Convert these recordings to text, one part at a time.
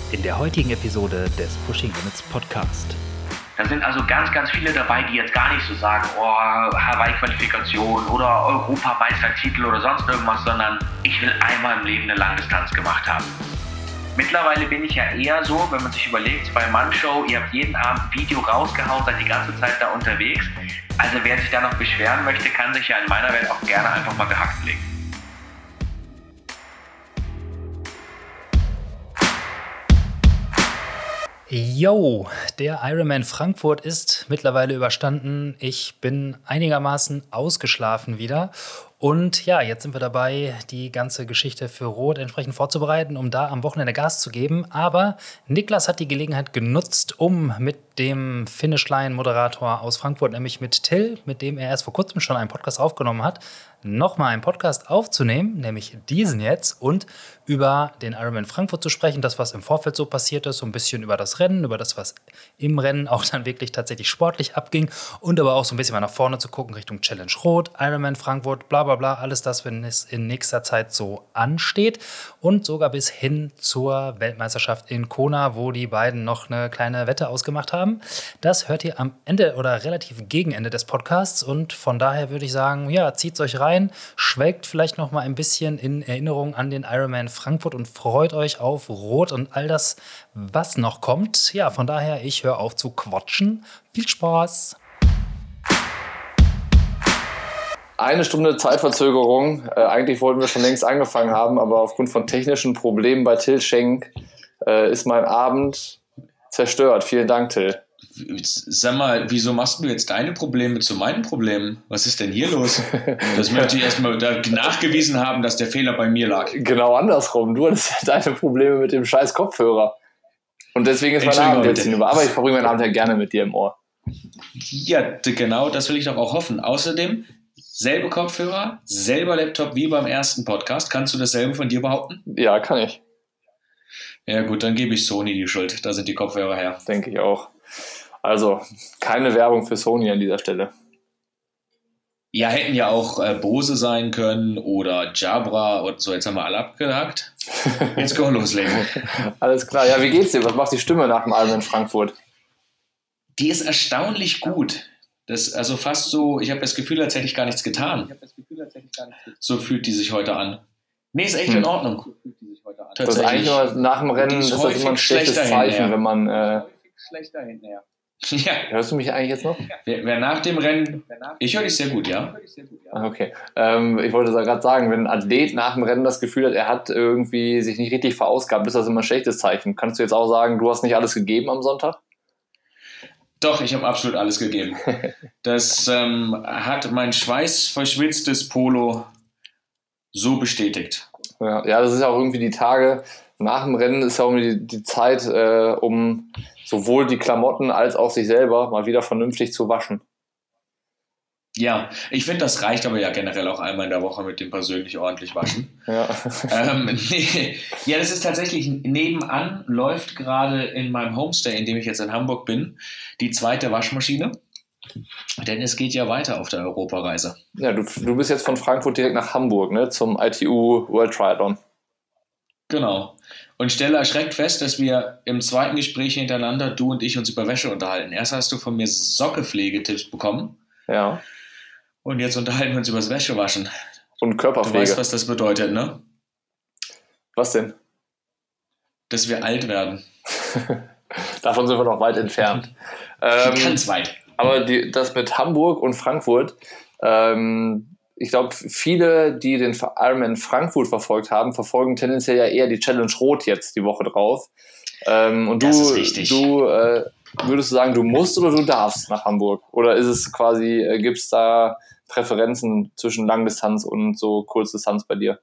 in der heutigen Episode des Pushing Limits Podcast. Da sind also ganz, ganz viele dabei, die jetzt gar nicht so sagen, oh, Hawaii-Qualifikation oder Europameistertitel oder sonst irgendwas, sondern ich will einmal im Leben eine Langdistanz gemacht haben. Mittlerweile bin ich ja eher so, wenn man sich überlegt, bei Mannshow, ihr habt jeden Abend ein Video rausgehauen, seid die ganze Zeit da unterwegs. Also wer sich da noch beschweren möchte, kann sich ja in meiner Welt auch gerne einfach mal gehackt legen. Yo, der Ironman Frankfurt ist mittlerweile überstanden. Ich bin einigermaßen ausgeschlafen wieder. Und ja, jetzt sind wir dabei, die ganze Geschichte für Rot entsprechend vorzubereiten, um da am Wochenende Gas zu geben. Aber Niklas hat die Gelegenheit genutzt, um mit dem Finishline-Moderator aus Frankfurt, nämlich mit Till, mit dem er erst vor kurzem schon einen Podcast aufgenommen hat, nochmal einen Podcast aufzunehmen, nämlich diesen jetzt, und über den Ironman Frankfurt zu sprechen, das, was im Vorfeld so passiert ist, so ein bisschen über das Rennen, über das, was im Rennen auch dann wirklich tatsächlich sportlich abging und aber auch so ein bisschen mal nach vorne zu gucken Richtung Challenge Rot, Ironman Frankfurt, bla bla bla, alles das, wenn es in nächster Zeit so ansteht und sogar bis hin zur Weltmeisterschaft in Kona, wo die beiden noch eine kleine Wette ausgemacht haben. Das hört ihr am Ende oder relativ gegen Ende des Podcasts und von daher würde ich sagen, ja, zieht's euch rein, schwelgt vielleicht noch mal ein bisschen in Erinnerung an den Ironman Frankfurt und freut euch auf Rot und all das, was noch kommt. Ja, von daher, ich höre auf zu quatschen. Viel Spaß! Eine Stunde Zeitverzögerung. Eigentlich wollten wir schon längst angefangen haben, aber aufgrund von technischen Problemen bei Till Schenk ist mein Abend zerstört. Vielen Dank, Till. Sag mal, wieso machst du jetzt deine Probleme zu meinen Problemen? Was ist denn hier los? Das möchte ich erstmal nachgewiesen haben, dass der Fehler bei mir lag. Genau andersrum. Du hattest deine Probleme mit dem scheiß Kopfhörer. Und deswegen ist mein Abend jetzt hinüber. Aber ich verbringe meinen Abend ja gerne mit dir im Ohr. Ja, genau, das will ich doch auch hoffen. Außerdem, selbe Kopfhörer, selber Laptop wie beim ersten Podcast. Kannst du dasselbe von dir behaupten? Ja, kann ich. Ja gut, dann gebe ich Sony die Schuld. Da sind die Kopfhörer her. Denke ich auch. Also, keine Werbung für Sony an dieser Stelle. Ja, hätten ja auch Bose sein können oder Jabra und so. Jetzt haben wir alle abgehakt. Jetzt können wir loslegen. Alles klar. Ja, wie geht's dir? Was macht die Stimme nach dem Ironman Frankfurt? Die ist erstaunlich gut. Das also fast so, ich habe das Gefühl, als hätte ich gar nichts getan. So fühlt die sich heute an. Nee, ist echt in Ordnung. Das ist eigentlich immer nach dem Rennen ist das immer ein schlechtes Zeichen, wenn man... Ja. Hörst du mich eigentlich jetzt noch? Wer nach dem Rennen... Ich höre dich sehr gut, ja. Okay. Ich wollte gerade sagen, wenn ein Athlet nach dem Rennen das Gefühl hat, er hat irgendwie sich nicht richtig verausgabt, ist das immer ein schlechtes Zeichen. Kannst du jetzt auch sagen, du hast nicht alles gegeben am Sonntag? Doch, ich habe absolut alles gegeben. Das hat mein schweißverschwitztes Polo so bestätigt. Ja, das ist ja auch irgendwie die Tage nach dem Rennen ist ja auch die Zeit, um sowohl die Klamotten als auch sich selber mal wieder vernünftig zu waschen. Ja, ich finde, das reicht aber ja generell auch einmal in der Woche mit dem persönlich ordentlich waschen. Ja, ja, das ist tatsächlich, nebenan läuft gerade in meinem Homestay, in dem ich jetzt in Hamburg bin, die zweite Waschmaschine. Denn es geht ja weiter auf der Europareise. Ja, du bist jetzt von Frankfurt direkt nach Hamburg, ne, zum ITU World Triathlon. Genau. Und stelle erschreckt fest, dass wir im zweiten Gespräch hintereinander, du und ich, uns über Wäsche unterhalten. Erst hast du von mir Sockepflegetipps bekommen. Ja. Und jetzt unterhalten wir uns über das Wäschewaschen. Und Körperpflege. Du weißt, was das bedeutet, ne? Was denn? Dass wir alt werden. Davon sind wir noch weit entfernt. Ganz weit. Aber das mit Hamburg und Frankfurt, ich glaube, viele, die den Ironman Frankfurt verfolgt haben, verfolgen tendenziell ja eher die Challenge Rot jetzt die Woche drauf. Und das ist richtig. Du würdest du sagen, du musst oder du darfst nach Hamburg? Oder ist es quasi, gibt es da Präferenzen zwischen Langdistanz und so Kurzdistanz bei dir?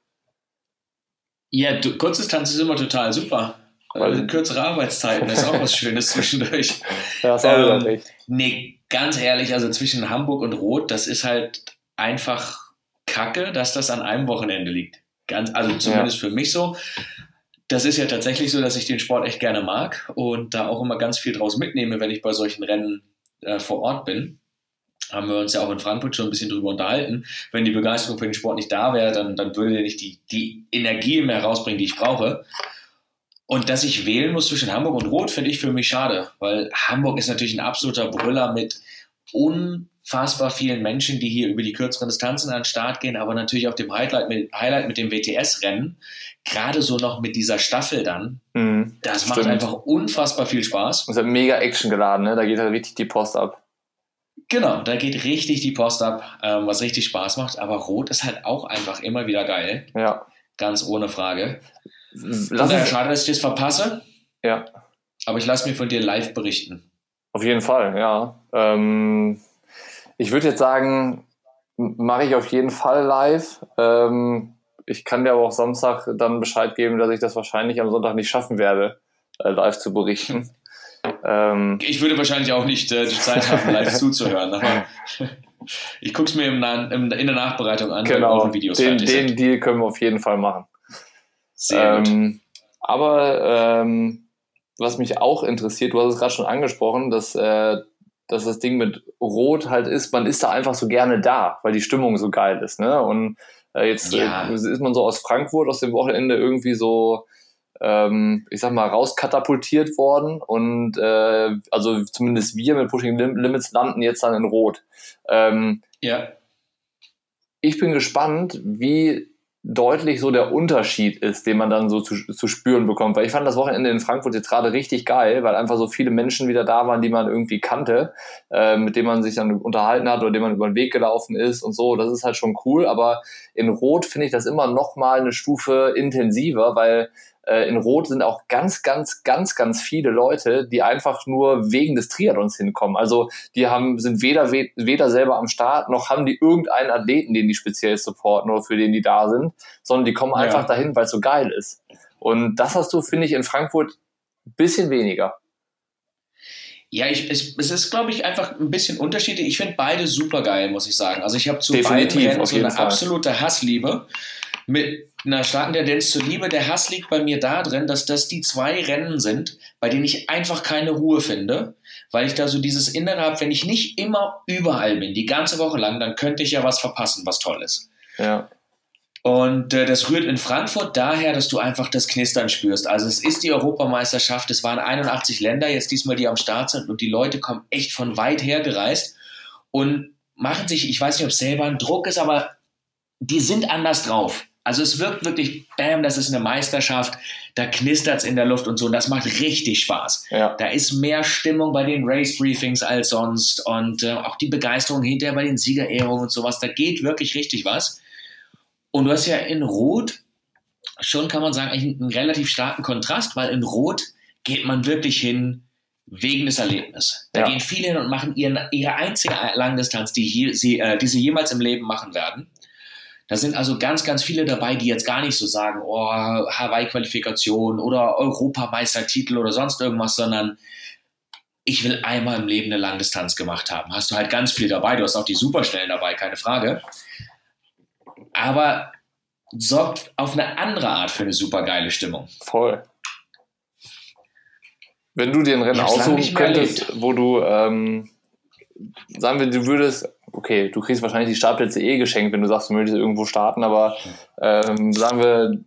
Ja, Kurzdistanz ist immer total super. Kürzere Arbeitszeiten ist auch was Schönes zwischendurch. Ja, das auch wieder recht. Nee, ganz ehrlich, also zwischen Hamburg und Rot, das ist halt einfach Kacke, dass das an einem Wochenende liegt. Also zumindest für mich so. Das ist ja tatsächlich so, dass ich den Sport echt gerne mag und da auch immer ganz viel draus mitnehme, wenn ich bei solchen Rennen vor Ort bin. Haben wir uns ja auch in Frankfurt schon ein bisschen drüber unterhalten. Wenn die Begeisterung für den Sport nicht da wäre, dann würde der nicht die Energie mehr rausbringen, die ich brauche. Und dass ich wählen muss zwischen Hamburg und Rot, finde ich für mich schade, weil Hamburg ist natürlich ein absoluter Brüller mit unfassbar vielen Menschen, die hier über die kürzeren Distanzen an den Start gehen, aber natürlich auch dem Highlight mit dem WTS-Rennen, gerade so noch mit dieser Staffel dann, das macht einfach unfassbar viel Spaß. Das ist ja mega Action geladen, ne? Da geht halt richtig die Post ab. Genau, da geht richtig die Post ab, was richtig Spaß macht, aber Rot ist halt auch einfach immer wieder geil. Ja. Ganz ohne Frage. Schade, dass ich das verpasse. Ja. Aber ich lasse mir von dir live berichten. Auf jeden Fall, ja. Ich würde jetzt sagen, mache ich auf jeden Fall live. Ich kann dir aber auch Samstag dann Bescheid geben, dass ich das wahrscheinlich am Sonntag nicht schaffen werde, live zu berichten. Ich würde wahrscheinlich auch nicht die Zeit haben, live zuzuhören. Aber ich gucke es mir in der Nachbereitung an. Genau, den Deal können wir auf jeden Fall machen. Sehr gut. Aber was mich auch interessiert, du hast es gerade schon angesprochen, dass das Ding mit Rot halt ist, man ist da einfach so gerne da, weil die Stimmung so geil ist. Ne? Und jetzt ist man so aus Frankfurt, aus dem Wochenende irgendwie so, ich sag mal, rauskatapultiert worden. Und also zumindest wir mit Pushing Limits landen jetzt dann in Rot. Ich bin gespannt, wie deutlich so der Unterschied ist, den man dann so zu spüren bekommt. Weil ich fand das Wochenende in Frankfurt jetzt gerade richtig geil, weil einfach so viele Menschen wieder da waren, die man irgendwie kannte, mit denen man sich dann unterhalten hat oder denen man über den Weg gelaufen ist und so. Das ist halt schon cool, aber in Rot finde ich das immer noch mal eine Stufe intensiver, weil in Rot sind auch ganz, ganz, ganz, ganz viele Leute, die einfach nur wegen des Triathlons hinkommen. Also die sind weder selber am Start, noch haben die irgendeinen Athleten, den die speziell supporten oder für den die da sind, sondern die kommen einfach dahin, weil es so geil ist. Und das hast du, finde ich, in Frankfurt ein bisschen weniger. Ja, es ist, glaube ich, einfach ein bisschen unterschiedlich. Ich finde beide super geil, muss ich sagen. Also ich habe zu beiden Rennen so eine absolute Hassliebe mit einer starken Tendenz zur Liebe. Der Hass liegt bei mir da drin, dass das die 2 Rennen sind, bei denen ich einfach keine Ruhe finde, weil ich da so dieses Innere habe, wenn ich nicht immer überall bin, die ganze Woche lang, dann könnte ich ja was verpassen, was toll ist. Ja. Und das rührt in Frankfurt daher, dass du einfach das Knistern spürst. Also es ist die Europameisterschaft, es waren 81 Länder jetzt diesmal, die am Start sind und die Leute kommen echt von weit her gereist und machen sich, ich weiß nicht, ob es selber ein Druck ist, aber die sind anders drauf. Also es wirkt wirklich, bam, das ist eine Meisterschaft, da knistert es in der Luft und so, und das macht richtig Spaß. Ja. Da ist mehr Stimmung bei den Race-Briefings als sonst und auch die Begeisterung hinterher bei den Siegerehrungen und sowas, da geht wirklich richtig was. Und du hast ja in Rot schon, kann man sagen, eigentlich einen relativ starken Kontrast, weil in Rot geht man wirklich hin wegen des Erlebnisses. Da gehen viele hin und machen ihre einzige Langdistanz, die sie jemals im Leben machen werden. Da sind also ganz, ganz viele dabei, die jetzt gar nicht so sagen, oh, Hawaii-Qualifikation oder Europameistertitel oder sonst irgendwas, sondern ich will einmal im Leben eine Langdistanz gemacht haben. Hast du halt ganz viel dabei, du hast auch die Superschnellen dabei, keine Frage. Aber sorgt auf eine andere Art für eine super geile Stimmung. Voll. Wenn du dir ein Rennen aussuchen könntest, wo du, sagen wir, du würdest, okay, du kriegst wahrscheinlich die Startplätze geschenkt, wenn du sagst, du möchtest irgendwo starten, aber sagen wir,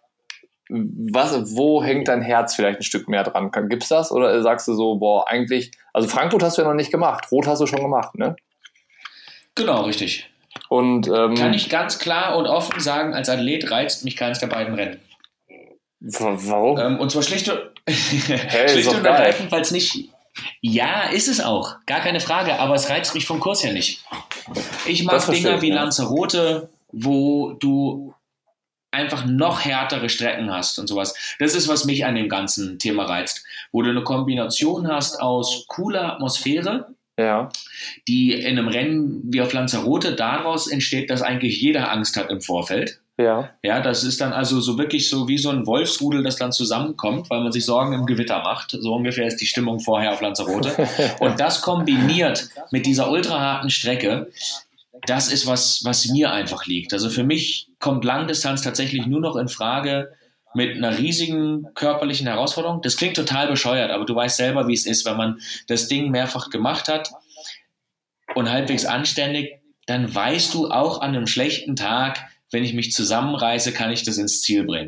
wo hängt dein Herz vielleicht ein Stück mehr dran? Gibt's das? Oder sagst du so, boah, eigentlich, also Frankfurt hast du ja noch nicht gemacht, Rot hast du schon gemacht, ne? Genau, richtig. Und kann ich ganz klar und offen sagen, als Athlet reizt mich keines der beiden Rennen. Warum? Und zwar schlicht und schlicht und ergreifend, weil es nicht... Ja, ist es auch. Gar keine Frage. Aber es reizt mich vom Kurs her nicht. Ich mag Dinger wie Lanzarote, wo du einfach noch härtere Strecken hast und sowas. Das ist, was mich an dem ganzen Thema reizt. Wo du eine Kombination hast aus cooler Atmosphäre, die in einem Rennen wie auf Lanzarote daraus entsteht, dass eigentlich jeder Angst hat im Vorfeld. Ja, das ist dann also so wirklich so wie so ein Wolfsrudel, das dann zusammenkommt, weil man sich Sorgen im Gewitter macht. So ungefähr ist die Stimmung vorher auf Lanzarote. Und das kombiniert mit dieser ultraharten Strecke, das ist was mir einfach liegt. Also für mich kommt Langdistanz tatsächlich nur noch in Frage mit einer riesigen körperlichen Herausforderung. Das klingt total bescheuert, aber du weißt selber, wie es ist, wenn man das Ding mehrfach gemacht hat und halbwegs anständig, dann weißt du auch an einem schlechten Tag, wenn ich mich zusammenreiße, kann ich das ins Ziel bringen.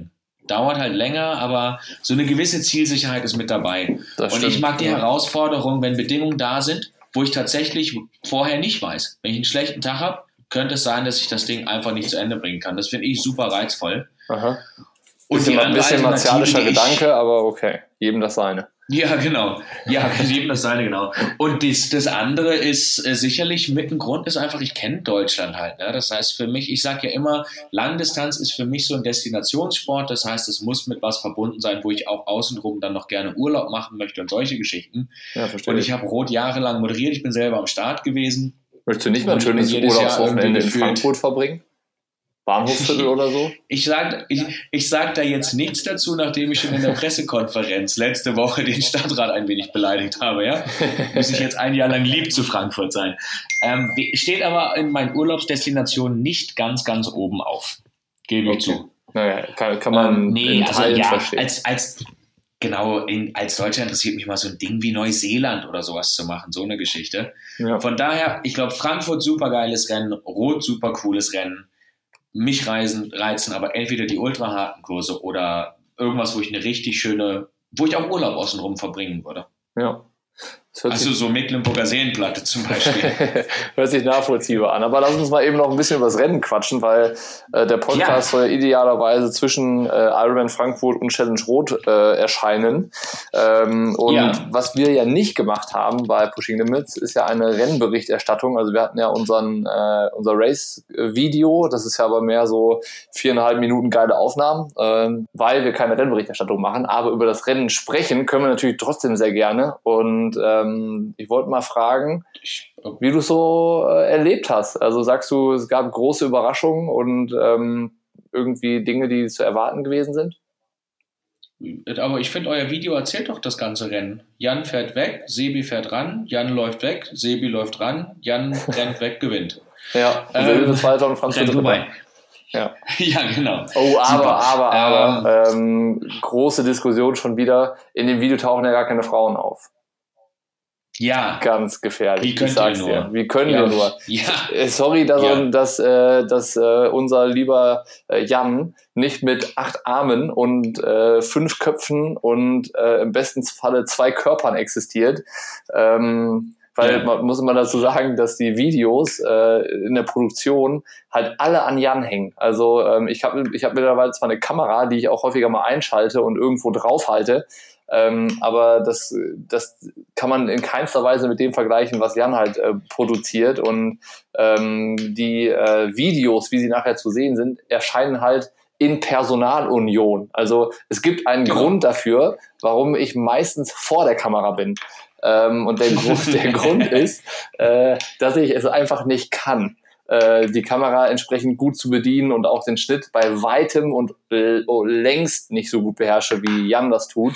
dauert halt länger, aber so eine gewisse Zielsicherheit ist mit dabei. Das und stimmt, ich mag die ja. Herausforderung, wenn Bedingungen da sind, wo ich tatsächlich vorher nicht weiß. Wenn ich einen schlechten Tag habe, könnte es sein, dass ich das Ding einfach nicht zu Ende bringen kann. Das finde ich super reizvoll. Aha. Und Bisschen, die ein andere bisschen Alternative, martialischer die ich- Gedanke, aber okay, jedem das seine. Ja, genau. Ja, jedem das seine, genau. Und das andere ist sicherlich mit dem Grund ist einfach, ich kenne Deutschland halt. Ne? Das heißt für mich, ich sage ja immer, Langdistanz ist für mich so ein Destinationssport. Das heißt, es muss mit was verbunden sein, wo ich auch außenrum dann noch gerne Urlaub machen möchte und solche Geschichten. Ja, verstehe. Und ich habe Rot jahrelang moderiert. Ich bin selber am Start gewesen. Möchtest du nicht mal ein Und ich bin schönes jedes Jahr Urlaubswochenende in irgendwie gefühlt- Frankfurt verbringen? Bahnhofsviertel oder so? Ich sag da jetzt nichts dazu, nachdem ich schon in der Pressekonferenz letzte Woche den Stadtrat ein wenig beleidigt habe. Ja? Muss ich jetzt ein Jahr lang lieb zu Frankfurt sein. Steht aber in meinen Urlaubsdestinationen nicht ganz, ganz oben auf. Gebe ich zu. Naja, kann man in Teilen verstehen. Als Deutscher interessiert mich mal so ein Ding wie Neuseeland oder sowas zu machen, so eine Geschichte. Ja. Von daher, ich glaube, Frankfurt super geiles Rennen, Rot super cooles Rennen. Mich reizen aber entweder die ultraharten Kurse oder irgendwas, wo ich wo ich auch Urlaub außenrum verbringen würde. Ja. Also so Mecklenburger Seenplatte zum Beispiel. Hört sich nachvollziehbar an. Aber lass uns mal eben noch ein bisschen über das Rennen quatschen, weil der Podcast soll ja idealerweise zwischen Ironman Frankfurt und Challenge Rot erscheinen. Was wir ja nicht gemacht haben bei Pushing Limits, ist ja eine Rennberichterstattung. Also wir hatten ja unser Race-Video, das ist ja aber mehr so 4,5 Minuten geile Aufnahmen, weil wir keine Rennberichterstattung machen. Aber über das Rennen sprechen können wir natürlich trotzdem sehr gerne. Und ich wollte mal fragen, wie du es so erlebt hast. Also sagst du, es gab große Überraschungen und irgendwie Dinge, die zu erwarten gewesen sind? Aber ich finde, euer Video erzählt doch das ganze Rennen. Jan fährt weg, Sebi fährt ran, Jan läuft weg, Sebi läuft ran, Jan rennt weg, gewinnt. Ja, und Silbe Zweiter und Franz rennt vorbei. Ja. Ja, genau. Oh, aber große Diskussion schon wieder. In dem Video tauchen ja gar keine Frauen auf. Ja. Ganz gefährlich. Wie könnt ihr nur? Wie können wir nur? Ja. Sorry, dass unser lieber Jan nicht mit 8 Armen und 5 Köpfen und im besten Falle 2 Körpern existiert. Man muss immer dazu sagen, dass die Videos in der Produktion halt alle an Jan hängen. Also ich hab mittlerweile zwar eine Kamera, die ich auch häufiger mal einschalte und irgendwo draufhalte, aber das kann man in keinster Weise mit dem vergleichen, was Jan halt produziert. Und die Videos, wie sie nachher zu sehen sind, erscheinen halt in Personalunion. Also es gibt einen Grund dafür, warum ich meistens vor der Kamera bin. Und der Grund ist, dass ich es einfach nicht kann, die Kamera entsprechend gut zu bedienen und auch den Schnitt bei weitem und längst nicht so gut beherrsche, wie Jan das tut.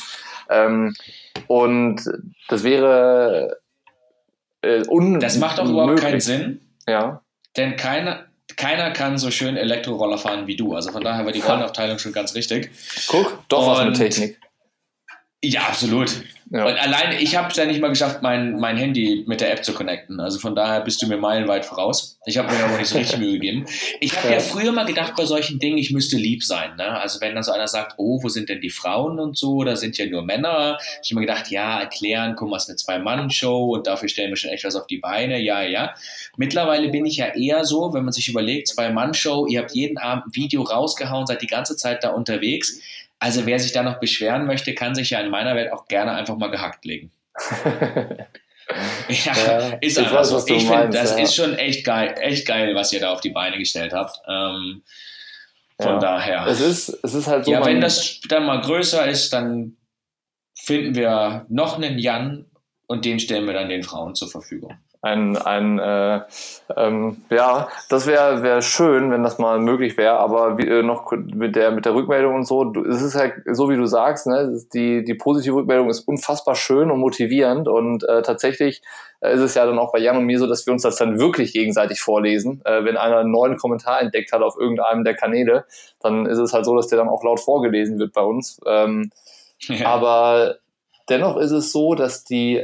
Und das wäre unmöglich. Das macht doch überhaupt keinen Sinn. Ja. Denn keiner kann so schön Elektroroller fahren wie du. Also von daher war die Rollenaufteilung schon ganz richtig. Guck, doch was mit Technik. Ja, absolut. Ja. Und allein, ich habe es ja nicht mal geschafft, mein Handy mit der App zu connecten. Also von daher bist du mir meilenweit voraus. Ich habe mir aber nicht so richtig Mühe gegeben. Ich habe ja früher mal gedacht bei solchen Dingen, ich müsste lieb sein. Ne? Also wenn dann so einer sagt, oh, wo sind denn die Frauen und so, da sind ja nur Männer. Ich habe mir gedacht, ja, erklären, guck mal, es ist eine 2-Mann-Show und dafür stellen wir schon echt was auf die Beine. Ja. Mittlerweile bin ich ja eher so, wenn man sich überlegt, 2-Mann-Show, ihr habt jeden Abend ein Video rausgehauen, seid die ganze Zeit da unterwegs. Also wer sich da noch beschweren möchte, kann sich ja in meiner Welt auch gerne einfach mal gehackt legen. Ist einfach so. Ich finde, das ist schon echt geil, was ihr da auf die Beine gestellt habt. Von daher. Es ist halt so. Ja, wenn das dann mal größer ist, dann finden wir noch einen Jan und den stellen wir dann den Frauen zur Verfügung. Das wäre schön, wenn das mal möglich wäre, aber noch mit der Rückmeldung und so, es ist halt so, wie du sagst, ne, die positive Rückmeldung ist unfassbar schön und motivierend und tatsächlich ist es ja dann auch bei Jan und mir so, dass wir uns das dann wirklich gegenseitig vorlesen. Wenn einer einen neuen Kommentar entdeckt hat auf irgendeinem der Kanäle, dann ist es halt so, dass der dann auch laut vorgelesen wird bei uns. Aber dennoch ist es so, dass die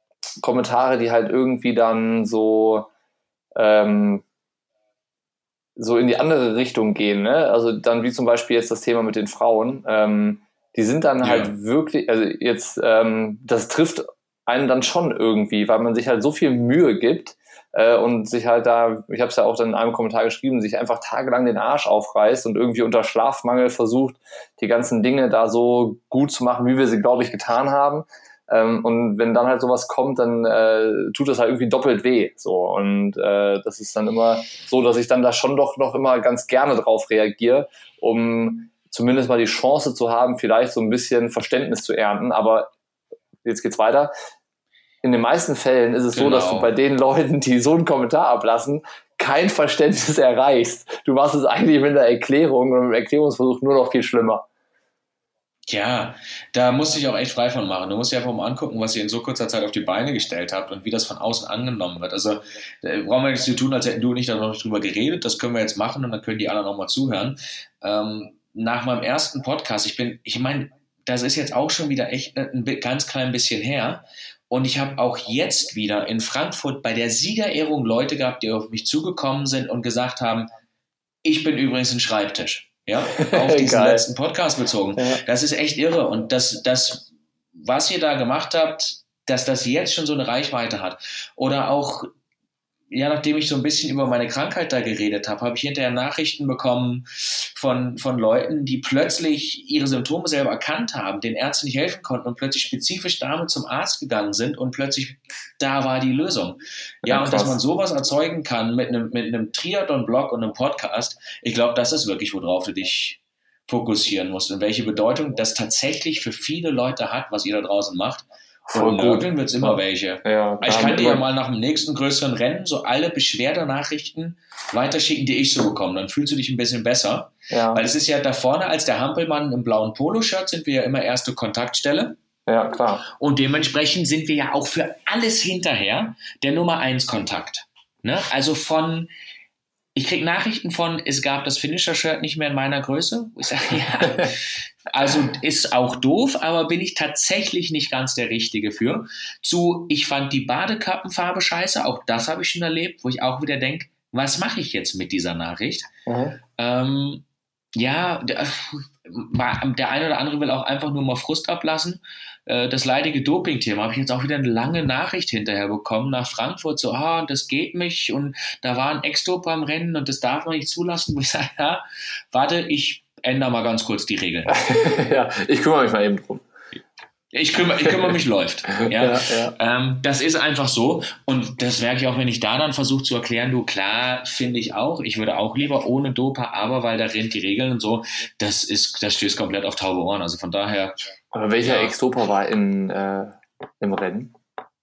Kommentare, die halt irgendwie dann so so in die andere Richtung gehen, ne? Also dann wie zum Beispiel jetzt das Thema mit den Frauen, die sind dann halt wirklich, also jetzt, das trifft einen dann schon irgendwie, weil man sich halt so viel Mühe gibt und sich halt da, ich habe es ja auch dann in einem Kommentar geschrieben, sich einfach tagelang den Arsch aufreißt und irgendwie unter Schlafmangel versucht, die ganzen Dinge da so gut zu machen, wie wir sie, glaube ich, getan haben. Und wenn dann halt sowas kommt, dann tut das halt irgendwie doppelt weh. So. Und das ist dann immer so, dass ich dann da schon doch noch immer ganz gerne drauf reagiere, um zumindest mal die Chance zu haben, vielleicht so ein bisschen Verständnis zu ernten. Aber jetzt geht's weiter. In den meisten Fällen ist es so, dass du bei den Leuten, die so einen Kommentar ablassen, kein Verständnis erreichst. Du machst es eigentlich mit einer Erklärung und mit dem Erklärungsversuch nur noch viel schlimmer. Ja, da musst du dich auch echt frei von machen. Du musst dir einfach mal angucken, was ihr in so kurzer Zeit auf die Beine gestellt habt und wie das von außen angenommen wird. Also brauchen wir nichts zu tun, als hätten du und ich da noch drüber geredet. Das können wir jetzt machen und dann können die anderen auch mal zuhören. Nach meinem ersten Podcast, ich meine, das ist jetzt auch schon wieder echt ein ganz klein bisschen her. Und ich habe auch jetzt wieder in Frankfurt bei der Siegerehrung Leute gehabt, die auf mich zugekommen sind und gesagt haben, ich bin übrigens ein Schreibtisch. Ja, auf diesen letzten Podcast bezogen. Ja. Das ist echt irre. Und das, was ihr da gemacht habt, dass das jetzt schon so eine Reichweite hat. Oder auch, ja, nachdem ich so ein bisschen über meine Krankheit da geredet habe, habe ich hinterher Nachrichten bekommen von Leuten, die plötzlich ihre Symptome selber erkannt haben, den Ärzten nicht helfen konnten und plötzlich spezifisch damit zum Arzt gegangen sind und plötzlich da war die Lösung. Ja, und dass man sowas erzeugen kann mit einem Triathlon-Blog und einem Podcast, ich glaube, das ist wirklich, worauf du dich fokussieren musst und welche Bedeutung das tatsächlich für viele Leute hat, was ihr da draußen macht. Und nörgeln wird es immer welche. Ja, ich kann dir ja mal nach dem nächsten größeren Rennen so alle Beschwerdenachrichten weiterschicken, die ich so bekomme. Dann fühlst du dich ein bisschen besser. Ja. Weil es ist ja da vorne als der Hampelmann im blauen Poloshirt sind wir ja immer erste Kontaktstelle. Ja, klar. Und dementsprechend sind wir ja auch für alles hinterher der Nummer 1 Kontakt. Ne? Also ich kriege Nachrichten von, es gab das Finisher-Shirt nicht mehr in meiner Größe. Ich sage, ja, also ist auch doof, aber bin ich tatsächlich nicht ganz der Richtige für. Ich fand die Badekappenfarbe scheiße, auch das habe ich schon erlebt, wo ich auch wieder denke, was mache ich jetzt mit dieser Nachricht? Mhm. Der eine oder andere will auch einfach nur mal Frust ablassen. Das leidige Doping-Thema habe ich jetzt auch wieder eine lange Nachricht hinterher bekommen nach Frankfurt, so, das geht nicht und da war ein Ex-Doper am Rennen und das darf man nicht zulassen. Wo ich sage, ja, warte, ich ändere mal ganz kurz die Regeln. Ja, ich kümmere mich mal eben drum. Ich kümmere mich, läuft. Ja? Ja. Das ist einfach so. Und das merke ich auch, wenn ich da dann versuche zu erklären, du, klar, finde ich auch, ich würde auch lieber ohne Doper, aber weil da rennt die Regeln und so, das stößt komplett auf taube Ohren. Also von daher. Aber welcher Ex-Doper war im Rennen?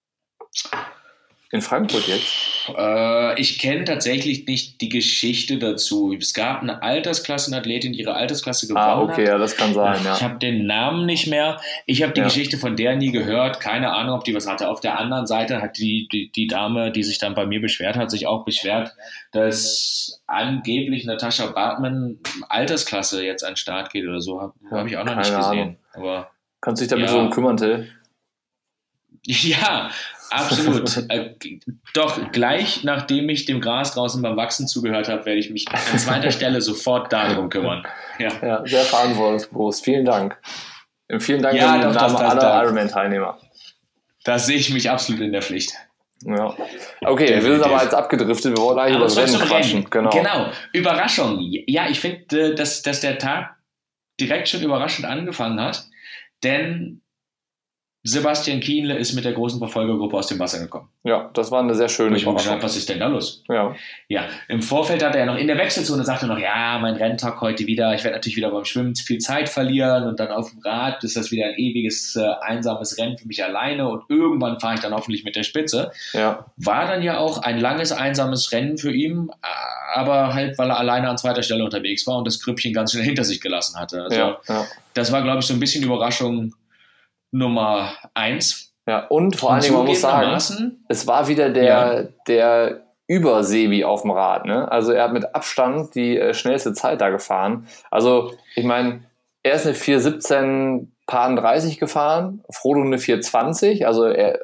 In Frankfurt jetzt? Ich kenne tatsächlich nicht die Geschichte dazu. Es gab eine Altersklassenathletin, die ihre Altersklasse gewonnen okay, hat. Ja, das kann sein, ja. Ich habe den Namen nicht mehr. Ich habe die Geschichte von der nie gehört. Keine Ahnung, ob die was hatte. Auf der anderen Seite hat die Dame, die sich dann bei mir beschwert hat, sich auch beschwert, dass angeblich Natascha Bartmann Altersklasse jetzt an den Start geht oder so. Habe ich auch noch nicht gesehen. Aber, kannst du dich damit so kümmern, Till? Ja, absolut. Doch gleich, nachdem ich dem Gras draußen beim Wachsen zugehört habe, werde ich mich an zweiter Stelle sofort darum kümmern. Ja, sehr verantwortungsbewusst. Vielen Dank. Vielen Dank an den Namen aller Ironman-Teilnehmer. Da sehe ich mich absolut in der Pflicht. Ja. Okay, wir sind aber jetzt abgedriftet. Wir wollten eigentlich über das Rennen quatschen. Genau. Überraschung. Ja, ich finde, dass der Tag direkt schon überraschend angefangen hat, denn Sebastian Kienle ist mit der großen Verfolgergruppe aus dem Wasser gekommen. Ja, das war eine sehr schöne Überraschung. Was ist denn da los? Ja, im Vorfeld hat er ja noch in der Wechselzone sagte noch, ja, mein Renntag heute wieder, ich werde natürlich wieder beim Schwimmen viel Zeit verlieren und dann auf dem Rad ist das wieder ein ewiges, einsames Rennen für mich alleine und irgendwann fahre ich dann hoffentlich mit der Spitze. Ja. War dann ja auch ein langes, einsames Rennen für ihn, aber halt, weil er alleine an zweiter Stelle unterwegs war und das Grüppchen ganz schnell hinter sich gelassen hatte. Also, das war, glaube ich, so ein bisschen Überraschung Nummer 1. Ja, und vor allen Dingen, man muss sagen, es war wieder der Über-Sebi auf dem Rad. Ne? Also er hat mit Abstand die schnellste Zeit da gefahren. Also ich meine, er ist eine 4:17:30 gefahren, Frodo eine 4:20.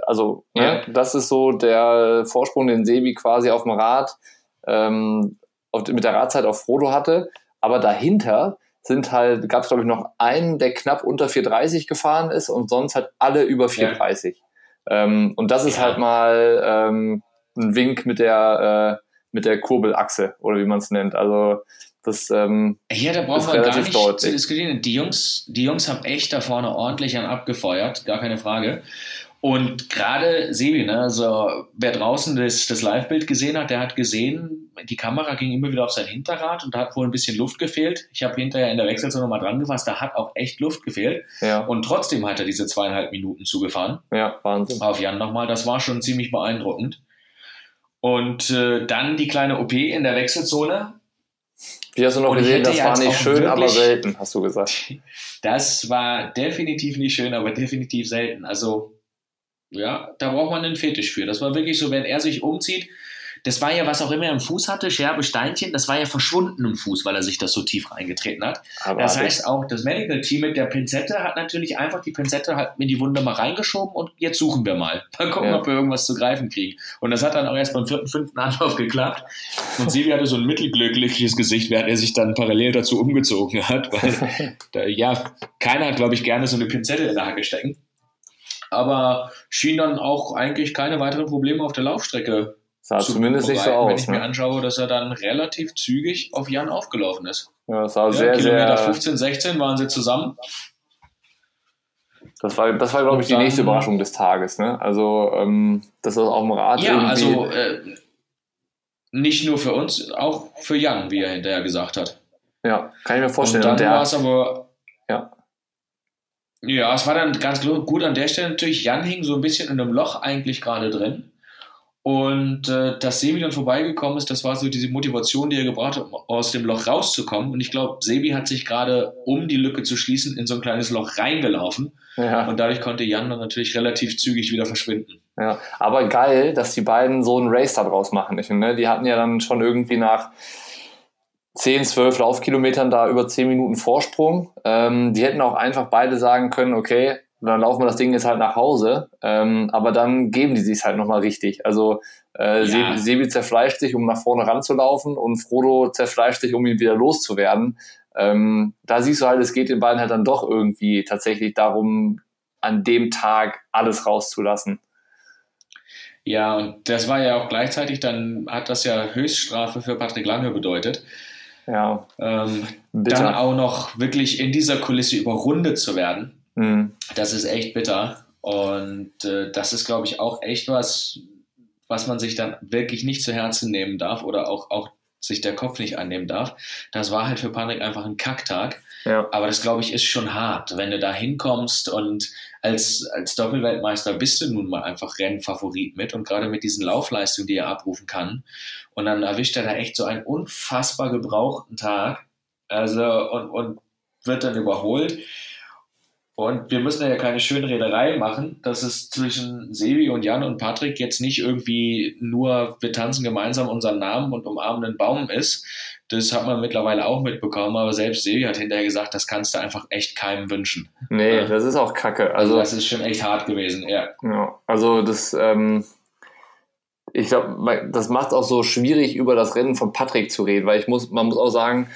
Das ist so der Vorsprung, den Sebi quasi auf dem Rad aus mit der Radzeit auf Frodo hatte, aber dahinter gab es glaube ich noch einen, der knapp unter 4,30 gefahren ist und sonst halt alle über 4,30. Und das ist halt mal ein Wink mit der Kurbelachse oder wie man es nennt. Also das da brauchen wir gar nicht deutlich zu diskutieren. Die Jungs haben echt da vorne ordentlich abgefeuert, gar keine Frage. Und gerade Sebi, ne, also wer draußen das Live-Bild gesehen hat, der hat gesehen, die Kamera ging immer wieder auf sein Hinterrad und da hat wohl ein bisschen Luft gefehlt. Ich habe hinterher in der Wechselzone mal dran gefasst, da hat auch echt Luft gefehlt. Ja. Und trotzdem hat er diese 2,5 Minuten zugefahren. Ja, Wahnsinn. Auf Jan nochmal, das war schon ziemlich beeindruckend. Und dann die kleine OP in der Wechselzone. Wie hast du noch gesehen? Das war nicht schön, aber selten, hast du gesagt. Das war definitiv nicht schön, aber definitiv selten. Also ja, da braucht man einen Fetisch für. Das war wirklich so, wenn er sich umzieht, das war ja, was auch immer er im Fuß hatte, Scherbe, Steinchen, das war ja verschwunden im Fuß, weil er sich das so tief reingetreten hat. Aber das heißt auch, das Medical Team mit der Pinzette hat natürlich einfach die Pinzette halt in die Wunde mal reingeschoben und jetzt suchen wir mal. Mal gucken, ob wir irgendwas zu greifen kriegen. Und das hat dann auch erst beim 4., 5. Anlauf geklappt. Und Sebi hatte so ein mittelglückliches Gesicht, während er sich dann parallel dazu umgezogen hat, weil keiner hat, glaube ich, gerne so eine Pinzette in der Hacke stecken. Aber schien dann auch eigentlich keine weiteren Probleme auf der Laufstrecke sah zumindest nicht so aus. Wenn ich mir anschaue, dass er dann relativ zügig auf Jan aufgelaufen ist. Ja, das sah sehr, Kilometer sehr... 15, 16 waren sie zusammen. Das war glaube ich, die nächste Überraschung des Tages. Ne? Also, das ist auch im Rad ja, also nicht nur für uns, auch für Jan, wie er hinterher gesagt hat. Ja, kann ich mir vorstellen. Und dann war es aber... Ja. Ja, es war dann ganz gut an der Stelle natürlich. Jan hing so ein bisschen in einem Loch eigentlich gerade drin. Und dass Sebi dann vorbeigekommen ist, das war so diese Motivation, die er gebraucht hat, um aus dem Loch rauszukommen. Und ich glaube, Sebi hat sich gerade, um die Lücke zu schließen, in so ein kleines Loch reingelaufen. Ja. Und dadurch konnte Jan dann natürlich relativ zügig wieder verschwinden. Ja, aber geil, dass die beiden so einen Race da draus machen. Die hatten ja dann schon irgendwie nach 10, 12 Laufkilometern da über 10 Minuten Vorsprung. Die hätten auch einfach beide sagen können, okay, dann laufen wir das Ding jetzt halt nach Hause. Aber dann geben die sich halt nochmal richtig. Also Sebi zerfleischt sich, um nach vorne ranzulaufen und Frodo zerfleischt sich, um ihn wieder loszuwerden. Da siehst du halt, es geht den beiden halt dann doch irgendwie tatsächlich darum, an dem Tag alles rauszulassen. Ja, und das war ja auch gleichzeitig, dann hat das ja Höchststrafe für Patrick Lange bedeutet. Ja. Dann auch noch wirklich in dieser Kulisse überrundet zu werden. Das ist echt bitter. Und das ist, glaube ich, auch echt was man sich dann wirklich nicht zu Herzen nehmen darf oder auch sich der Kopf nicht annehmen darf. Das war halt für Patrick einfach ein Kacktag. Ja. Aber das, glaube ich, ist schon hart, wenn du da hinkommst und als Doppelweltmeister bist du nun mal einfach Rennfavorit mit und gerade mit diesen Laufleistungen, die er abrufen kann. Und dann erwischt er da echt so einen unfassbar gebrauchten Tag. Also und wird dann überholt. Und wir müssen ja keine Schönrederei machen, dass es zwischen Sebi und Jan und Patrick jetzt nicht irgendwie nur wir tanzen gemeinsam unseren Namen und umarmen einen Baum ist. Das hat man mittlerweile auch mitbekommen, aber selbst Sebi hat hinterher gesagt, das kannst du einfach echt keinem wünschen. Nee, das ist auch Kacke. Also das ist schon echt hart gewesen, ja. Ja, also das, ich glaube, das macht es auch so schwierig, über das Rennen von Patrick zu reden, weil man muss auch sagen,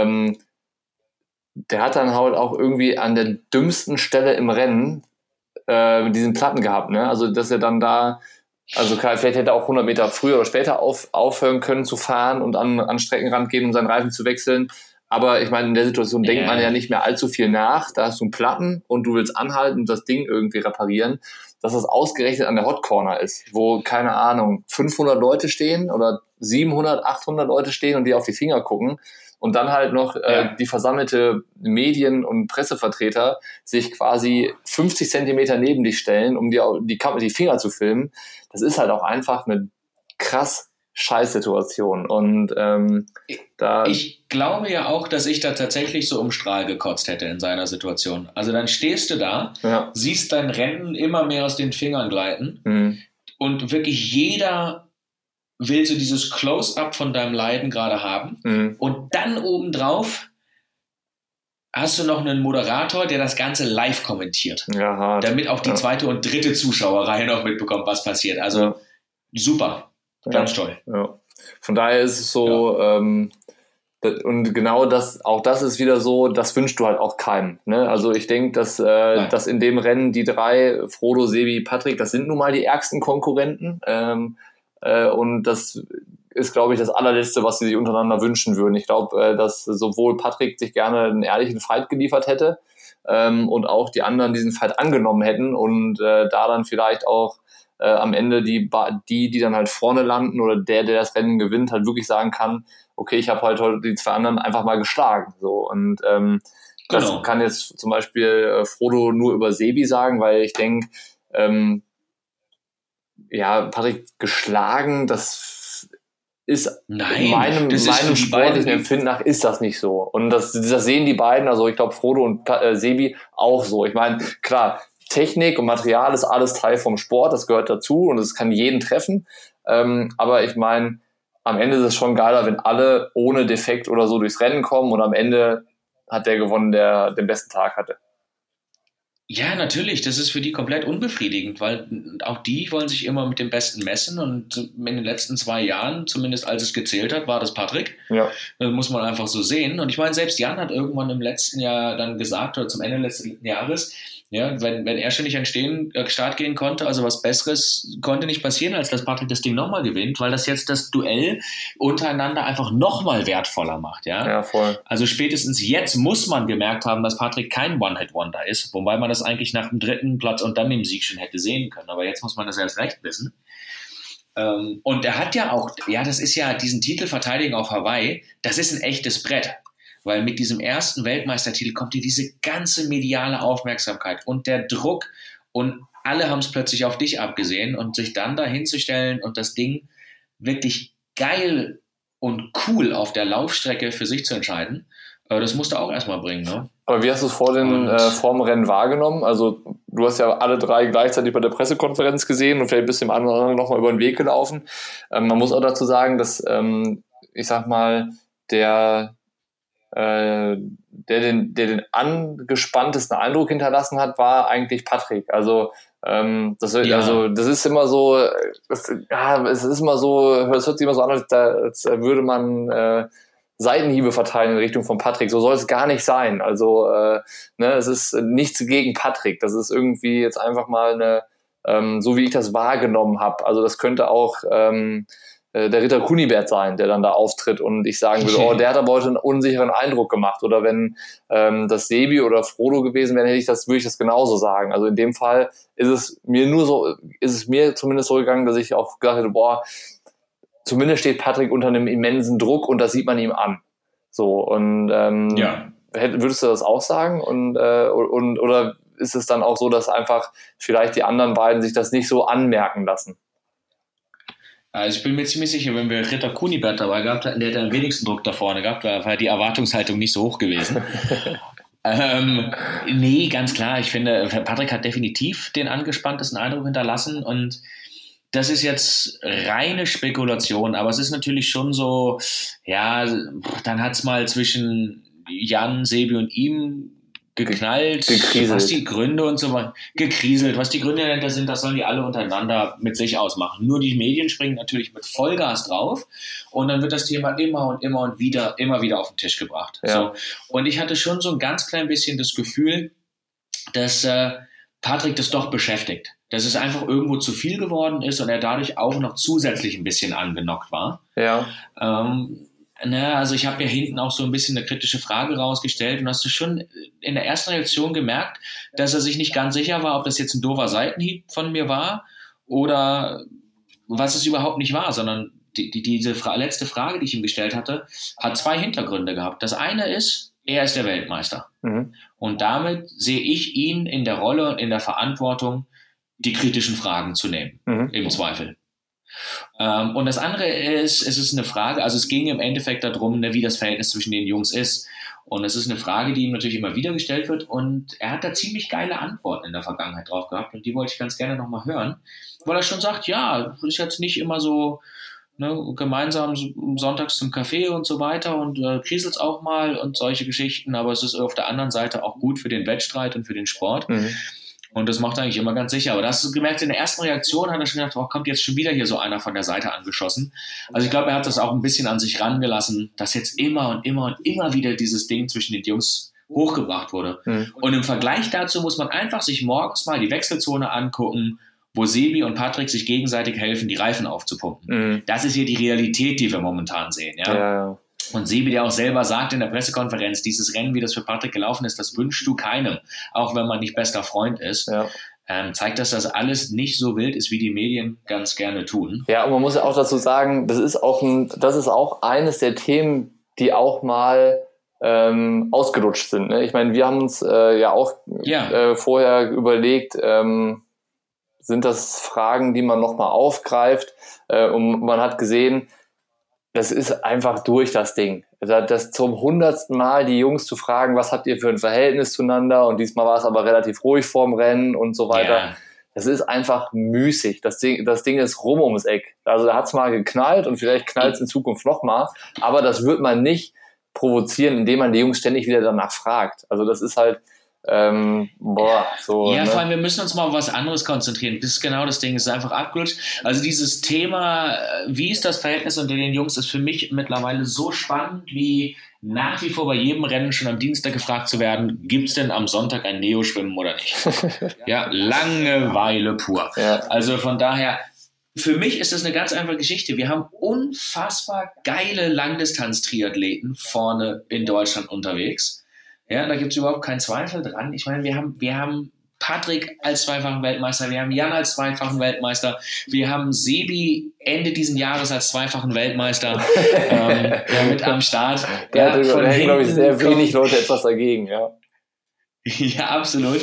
der hat dann halt auch irgendwie an der dümmsten Stelle im Rennen diesen Platten gehabt, ne? Also, dass er dann da, also vielleicht hätte er auch 100 Meter früher oder später aufhören können zu fahren und an Streckenrand gehen, um seinen Reifen zu wechseln. Aber ich meine, in der Situation denkt man ja nicht mehr allzu viel nach. Da hast du einen Platten und du willst anhalten und das Ding irgendwie reparieren. Dass das ausgerechnet an der Hot Corner ist, wo, keine Ahnung, 500 Leute stehen oder 700, 800 Leute stehen und die auf die Finger gucken. Und dann halt noch die versammelte Medien- und Pressevertreter sich quasi 50 Zentimeter neben dich stellen, um dir die Finger zu filmen. Das ist halt auch einfach eine krass Scheißsituation. Und ich glaube ja auch, dass ich da tatsächlich so um Strahl gekotzt hätte in seiner Situation. Also dann stehst du da, siehst dein Rennen immer mehr aus den Fingern gleiten und wirklich jeder will so dieses Close-up von deinem Leiden gerade haben. Und dann obendrauf hast du noch einen Moderator, der das Ganze live kommentiert. Ja, hart. Damit auch die zweite und dritte Zuschauerreihe noch mitbekommt, was passiert. Also super. Ganz toll. Ja. Von daher ist es so, und genau das, auch das ist wieder so, das wünschst du halt auch keinem. Ne? Also ich denke, dass in dem Rennen die drei, Frodo, Sebi, Patrick, das sind nun mal die ärgsten Konkurrenten. Und das ist, glaube ich, das allerletzte, was sie sich untereinander wünschen würden. Ich glaube, dass sowohl Patrick sich gerne einen ehrlichen Fight geliefert hätte und auch die anderen diesen Fight angenommen hätten und da dann vielleicht auch am Ende die dann halt vorne landen oder der das Rennen gewinnt, halt wirklich sagen kann, okay, ich habe halt heute die zwei anderen einfach mal geschlagen. So. Und das kann jetzt zum Beispiel Frodo nur über Sebi sagen, weil ich denke, Patrick geschlagen, das ist meinem sportlichen Empfinden nach ist das nicht so. Und das sehen die beiden, also ich glaube Frodo und Sebi auch so. Ich meine, klar, Technik und Material ist alles Teil vom Sport, das gehört dazu und es kann jeden treffen. Aber ich meine, am Ende ist es schon geiler, wenn alle ohne Defekt oder so durchs Rennen kommen und am Ende hat der gewonnen, der den besten Tag hatte. Ja, natürlich, das ist für die komplett unbefriedigend, weil auch die wollen sich immer mit dem Besten messen und in den letzten 2 Jahren, zumindest als es gezählt hat, war das Patrick. Ja. Das muss man einfach so sehen. Und ich meine, selbst Jan hat irgendwann im letzten Jahr dann gesagt, oder zum Ende letzten Jahres, ja, wenn er schon nicht an Start gehen konnte, also was Besseres konnte nicht passieren, als dass Patrick das Ding nochmal gewinnt, weil das jetzt das Duell untereinander einfach nochmal wertvoller macht. Ja, voll. Also spätestens jetzt muss man gemerkt haben, dass Patrick kein One-Hit-Wonder ist, wobei man das eigentlich nach dem 3. Platz und dann dem Sieg schon hätte sehen können. Aber jetzt muss man das erst recht wissen. Und er hat ja auch, das ist ja diesen Titel verteidigen auf Hawaii, das ist ein echtes Brett. Weil mit diesem ersten Weltmeistertitel kommt dir diese ganze mediale Aufmerksamkeit und der Druck und alle haben es plötzlich auf dich abgesehen und sich dann da hinzustellen und das Ding wirklich geil und cool auf der Laufstrecke für sich zu entscheiden, das musst du auch erstmal bringen, ne? Aber wie hast du es vor dem Rennen wahrgenommen? Also du hast ja alle 3 gleichzeitig bei der Pressekonferenz gesehen und vielleicht bist du dem anderen nochmal über den Weg gelaufen. Man muss auch dazu sagen, dass ich sag mal, der den angespanntesten Eindruck hinterlassen hat, war eigentlich Patrick. Also das ist immer so, es ist immer so, es hört sich immer so an, als würde man Seitenhiebe verteilen in Richtung von Patrick. So soll es gar nicht sein. Also es ist nichts gegen Patrick. Das ist irgendwie jetzt einfach mal so wie ich das wahrgenommen habe. Also das könnte auch der Ritter Kunibert sein, der dann da auftritt und ich sagen würde, der hat aber heute einen unsicheren Eindruck gemacht. Oder wenn das Sebi oder Frodo gewesen wäre, würde ich das genauso sagen. Also in dem Fall ist es mir zumindest so gegangen, dass ich auch gedacht hätte, zumindest steht Patrick unter einem immensen Druck und das sieht man ihm an. So, und würdest du das auch sagen? Oder ist es dann auch so, dass einfach vielleicht die anderen beiden sich das nicht so anmerken lassen? Also ich bin mir ziemlich sicher, wenn wir Ritter Kunibert dabei gehabt hätten, der hätte am wenigsten Druck da vorne gehabt, weil die Erwartungshaltung nicht so hoch gewesen. Nee, ganz klar. Ich finde, Patrick hat definitiv den angespanntesten Eindruck hinterlassen und das ist jetzt reine Spekulation, aber es ist natürlich schon so, dann hat es mal zwischen Jan, Sebi und ihm geknallt, was die Gründe und so weiter, gekriselt, was die Gründe dahinter sind, das sollen die alle untereinander mit sich ausmachen. Nur die Medien springen natürlich mit Vollgas drauf und dann wird das Thema immer wieder auf den Tisch gebracht. Ja. So. Und ich hatte schon so ein ganz klein bisschen das Gefühl, dass Patrick das doch beschäftigt. Dass es einfach irgendwo zu viel geworden ist und er dadurch auch noch zusätzlich ein bisschen angenockt war. Ja. Also ich habe ja hinten auch so ein bisschen eine kritische Frage rausgestellt und hast du schon in der ersten Reaktion gemerkt, dass er sich nicht ganz sicher war, ob das jetzt ein doofer Seitenhieb von mir war oder was es überhaupt nicht war, sondern diese letzte Frage, die ich ihm gestellt hatte, hat 2 Hintergründe gehabt. Das eine ist, er ist der Weltmeister. Mhm. Und damit sehe ich ihn in der Rolle und in der Verantwortung, die kritischen Fragen zu nehmen, im Zweifel. Und das andere ist, es ist eine Frage, also es ging im Endeffekt darum, wie das Verhältnis zwischen den Jungs ist. Und es ist eine Frage, die ihm natürlich immer wieder gestellt wird und er hat da ziemlich geile Antworten in der Vergangenheit drauf gehabt und die wollte ich ganz gerne nochmal hören, weil er schon sagt, das ist jetzt nicht immer so gemeinsam sonntags zum Kaffee und so weiter und kriselt's auch mal und solche Geschichten, aber es ist auf der anderen Seite auch gut für den Wettstreit und für den Sport. Mhm. Und das macht er eigentlich immer ganz sicher. Aber das hast du gemerkt, in der ersten Reaktion hat er schon gedacht, oh, kommt jetzt schon wieder hier so einer von der Seite angeschossen. Also ich glaube, er hat das auch ein bisschen an sich rangelassen, dass jetzt immer und immer und immer wieder dieses Ding zwischen den Jungs hochgebracht wurde. Und im Vergleich dazu muss man einfach sich morgens mal die Wechselzone angucken, wo Sebi und Patrick sich gegenseitig helfen, die Reifen aufzupumpen. Das ist hier die Realität, die wir momentan sehen. Ja. Und Sebi, der auch selber sagt in der Pressekonferenz, dieses Rennen, wie das für Patrick gelaufen ist, das wünschst du keinem, auch wenn man nicht bester Freund ist. Zeigt, dass das alles nicht so wild ist, wie die Medien ganz gerne tun. Ja, und man muss ja auch dazu sagen, das ist auch eines der Themen, die auch mal ausgerutscht sind. Ne? Ich meine, wir haben uns vorher überlegt, sind das Fragen, die man nochmal aufgreift, und man hat gesehen, das ist einfach durch das Ding. Das zum 100. Mal die Jungs zu fragen, was habt ihr für ein Verhältnis zueinander, und diesmal war es aber relativ ruhig vorm Rennen und so weiter. Ja. Das ist einfach müßig. Das Ding ist rum ums Eck. Also da hat es mal geknallt und vielleicht knallt es in Zukunft nochmal, aber das wird man nicht provozieren, indem man die Jungs ständig wieder danach fragt. Also das ist halt so. Ja, ne? Vor allem, wir müssen uns mal auf was anderes konzentrieren. Das ist genau das Ding, es ist einfach abgelutscht. Also dieses Thema, wie ist das Verhältnis unter den Jungs, ist für mich mittlerweile so spannend, wie nach wie vor bei jedem Rennen schon am Dienstag gefragt zu werden, gibt es denn am Sonntag ein Neo-Schwimmen oder nicht? Ja, Langeweile pur. Ja. Also von daher, für mich ist das eine ganz einfache Geschichte. Wir haben unfassbar geile Langdistanz-Triathleten vorne in Deutschland unterwegs. Ja, da gibt es überhaupt keinen Zweifel dran. Ich meine, wir haben Patrick als zweifachen Weltmeister, wir haben Jan als zweifachen Weltmeister, wir haben Sebi Ende diesen Jahres als zweifachen Weltmeister mit am Start. Da hätten, glaube ich, sehr wenig Leute etwas dagegen, ja. Ja, absolut.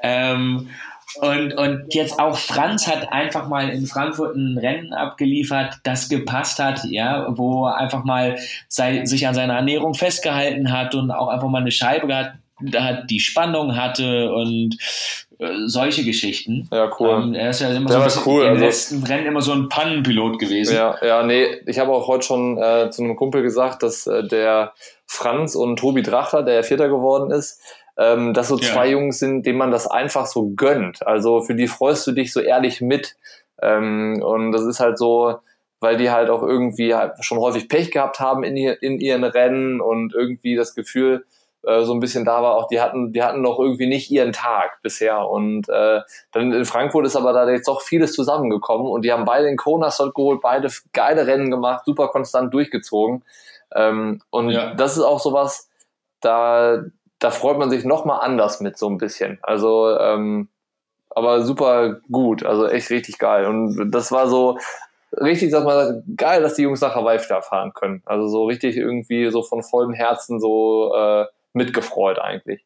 Und jetzt auch Franz hat einfach mal in Frankfurt ein Rennen abgeliefert, das gepasst hat, ja, wo er einfach mal sich an seiner Ernährung festgehalten hat und auch einfach mal eine Scheibe gehabt hat, die Spannung hatte und solche Geschichten. Ja, cool. Er ist ja immer so ein bisschen in den letzten Rennen immer so ein Pannenpilot gewesen. Ja, nee, ich habe auch heute schon zu einem Kumpel gesagt, dass der Franz und Tobi Drachter, der Vierter geworden ist, dass so zwei Jungs sind, denen man das einfach so gönnt. Also für die freust du dich so ehrlich mit. Und das ist halt so, weil die halt auch irgendwie halt schon häufig Pech gehabt haben in ihren Rennen und irgendwie das Gefühl so ein bisschen da war, auch die hatten noch irgendwie nicht ihren Tag bisher. Und dann in Frankfurt ist aber da jetzt doch vieles zusammengekommen und die haben beide den Kona-Slot geholt, beide geile Rennen gemacht, super konstant durchgezogen. Das ist auch sowas, da freut man sich noch mal anders mit so ein bisschen. Also, aber super gut, also echt richtig geil. Und das war so richtig, dass man sagt, geil, dass die Jungs nach Hawaii fahren können. Also so richtig irgendwie so von vollem Herzen so mitgefreut eigentlich.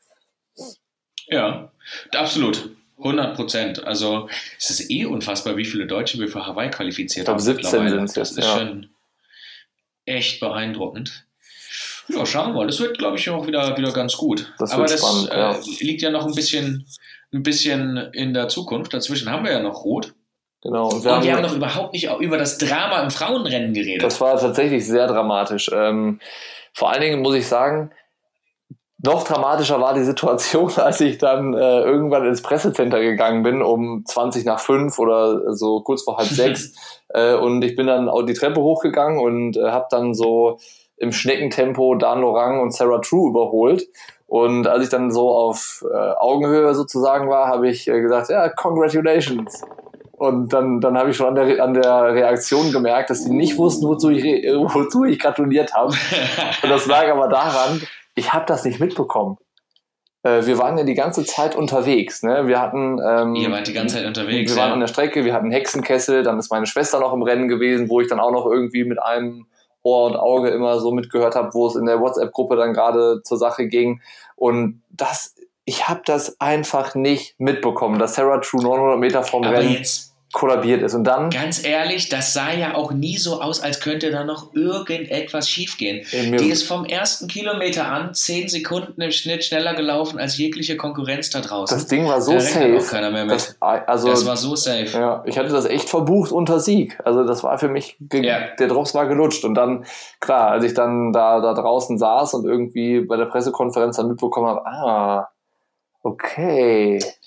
Ja, absolut. 100%. Also es ist unfassbar, wie viele Deutsche wir für Hawaii qualifiziert haben. Ich glaube 17 sind es jetzt. Das ist schon echt beeindruckend. Ja, schauen wir mal. Das wird, glaube ich, auch wieder ganz gut. Aber das spannend, liegt ja noch ein bisschen in der Zukunft. Dazwischen haben wir ja noch Rot. Genau. Und wir haben noch überhaupt nicht über das Drama im Frauenrennen geredet. Das war tatsächlich sehr dramatisch. Vor allen Dingen muss ich sagen, noch dramatischer war die Situation, als ich dann irgendwann ins Pressecenter gegangen bin, um 5:20 oder so kurz vor 5:30. Und ich bin dann auch die Treppe hochgegangen und habe dann so im Schneckentempo Dan Lorang und Sarah True überholt. Und als ich dann so auf Augenhöhe sozusagen war, habe ich gesagt, ja, congratulations. Und dann habe ich schon an der Reaktion gemerkt, dass die nicht wussten, wozu ich gratuliert habe. Und das lag aber daran, ich habe das nicht mitbekommen. Wir waren ja die ganze Zeit unterwegs. Ne? Ihr wart die ganze Zeit unterwegs. Wir waren an der Strecke, wir hatten Hexenkessel, dann ist meine Schwester noch im Rennen gewesen, wo ich dann auch noch irgendwie mit einem Ohr und Auge immer so mitgehört habe, wo es in der WhatsApp-Gruppe dann gerade zur Sache ging. Und ich habe das einfach nicht mitbekommen, dass Sarah True 900 Meter vom Rennen kollabiert ist. Und dann, ganz ehrlich, das sah ja auch nie so aus, als könnte da noch irgendetwas schiefgehen. Die ist vom ersten Kilometer an 10 Sekunden im Schnitt schneller gelaufen als jegliche Konkurrenz da draußen. Das Ding war so safe. Auch keiner mehr mit. Das war so safe. Ja, ich hatte das echt verbucht unter Sieg. Also das war für mich, der Drops war gelutscht. Und dann, klar, als ich dann da draußen saß und irgendwie bei der Pressekonferenz dann mitbekommen habe, okay.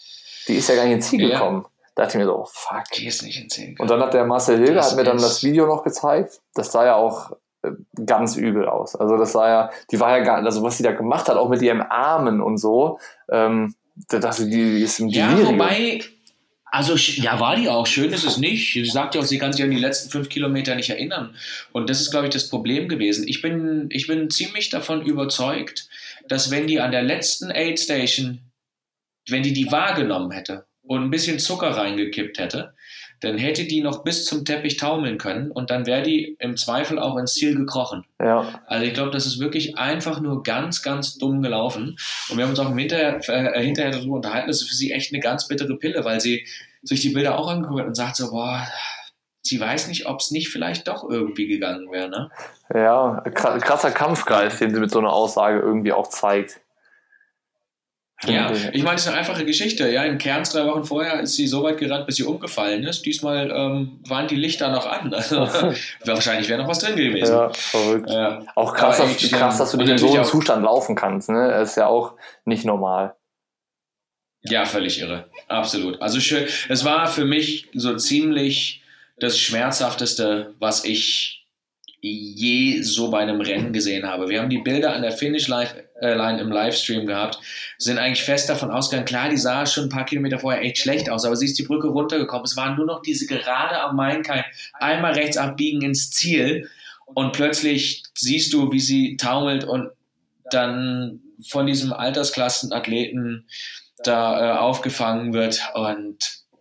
Die ist ja gar nicht ins Ziel gekommen. Da dachte ich mir so, oh, fuck. Die ist nicht ins Ziel gekommen. Und dann hat der Marcel Hilger hat mir dann das Video noch gezeigt. Das sah ja auch ganz übel aus. Also das sah ja, die war ja gar nicht, also was sie da gemacht hat, auch mit ihrem Armen und so, da dachte ich, die ist im Delirium. Ja, wobei, also ja, war die auch. Schön ist es nicht. Sie sagt ja auch, sie kann sich an die letzten 5 Kilometer nicht erinnern. Und das ist, glaube ich, das Problem gewesen. Ich bin ziemlich davon überzeugt, dass wenn die an der letzten Aid Station, wenn die wahrgenommen hätte und ein bisschen Zucker reingekippt hätte, dann hätte die noch bis zum Teppich taumeln können und dann wäre die im Zweifel auch ins Ziel gekrochen. Ja. Also ich glaube, das ist wirklich einfach nur ganz, ganz dumm gelaufen. Und wir haben uns auch hinterher darüber unterhalten, das ist für sie echt eine ganz bittere Pille, weil sie sich die Bilder auch angeguckt hat und sagt so, boah, sie weiß nicht, ob es nicht vielleicht doch irgendwie gegangen wäre, ne? Ja, krasser Kampfgeist, den sie mit so einer Aussage irgendwie auch zeigt. Ja, ich meine, es ist eine einfache Geschichte. Ja, in Cairns 3 Wochen vorher ist sie so weit gerannt, bis sie umgefallen ist. Diesmal waren die Lichter noch an. Also wahrscheinlich wäre noch was drin gewesen. Ja, verrückt. Auch krass, dass du in so einem Zustand laufen kannst. Ne? Das ist ja auch nicht normal. Ja, völlig irre. Absolut. Also schön. Es war für mich so ziemlich das Schmerzhafteste, was ich je so bei einem Rennen gesehen habe. Wir haben die Bilder an der Finish-Line im Livestream gehabt, sind eigentlich fest davon ausgegangen, klar, die sah schon ein paar Kilometer vorher echt schlecht aus, aber sie ist die Brücke runtergekommen. Es waren nur noch diese Gerade am Main-Kai, einmal rechts abbiegen ins Ziel und plötzlich siehst du, wie sie taumelt und dann von diesem Altersklassenathleten da aufgefangen wird und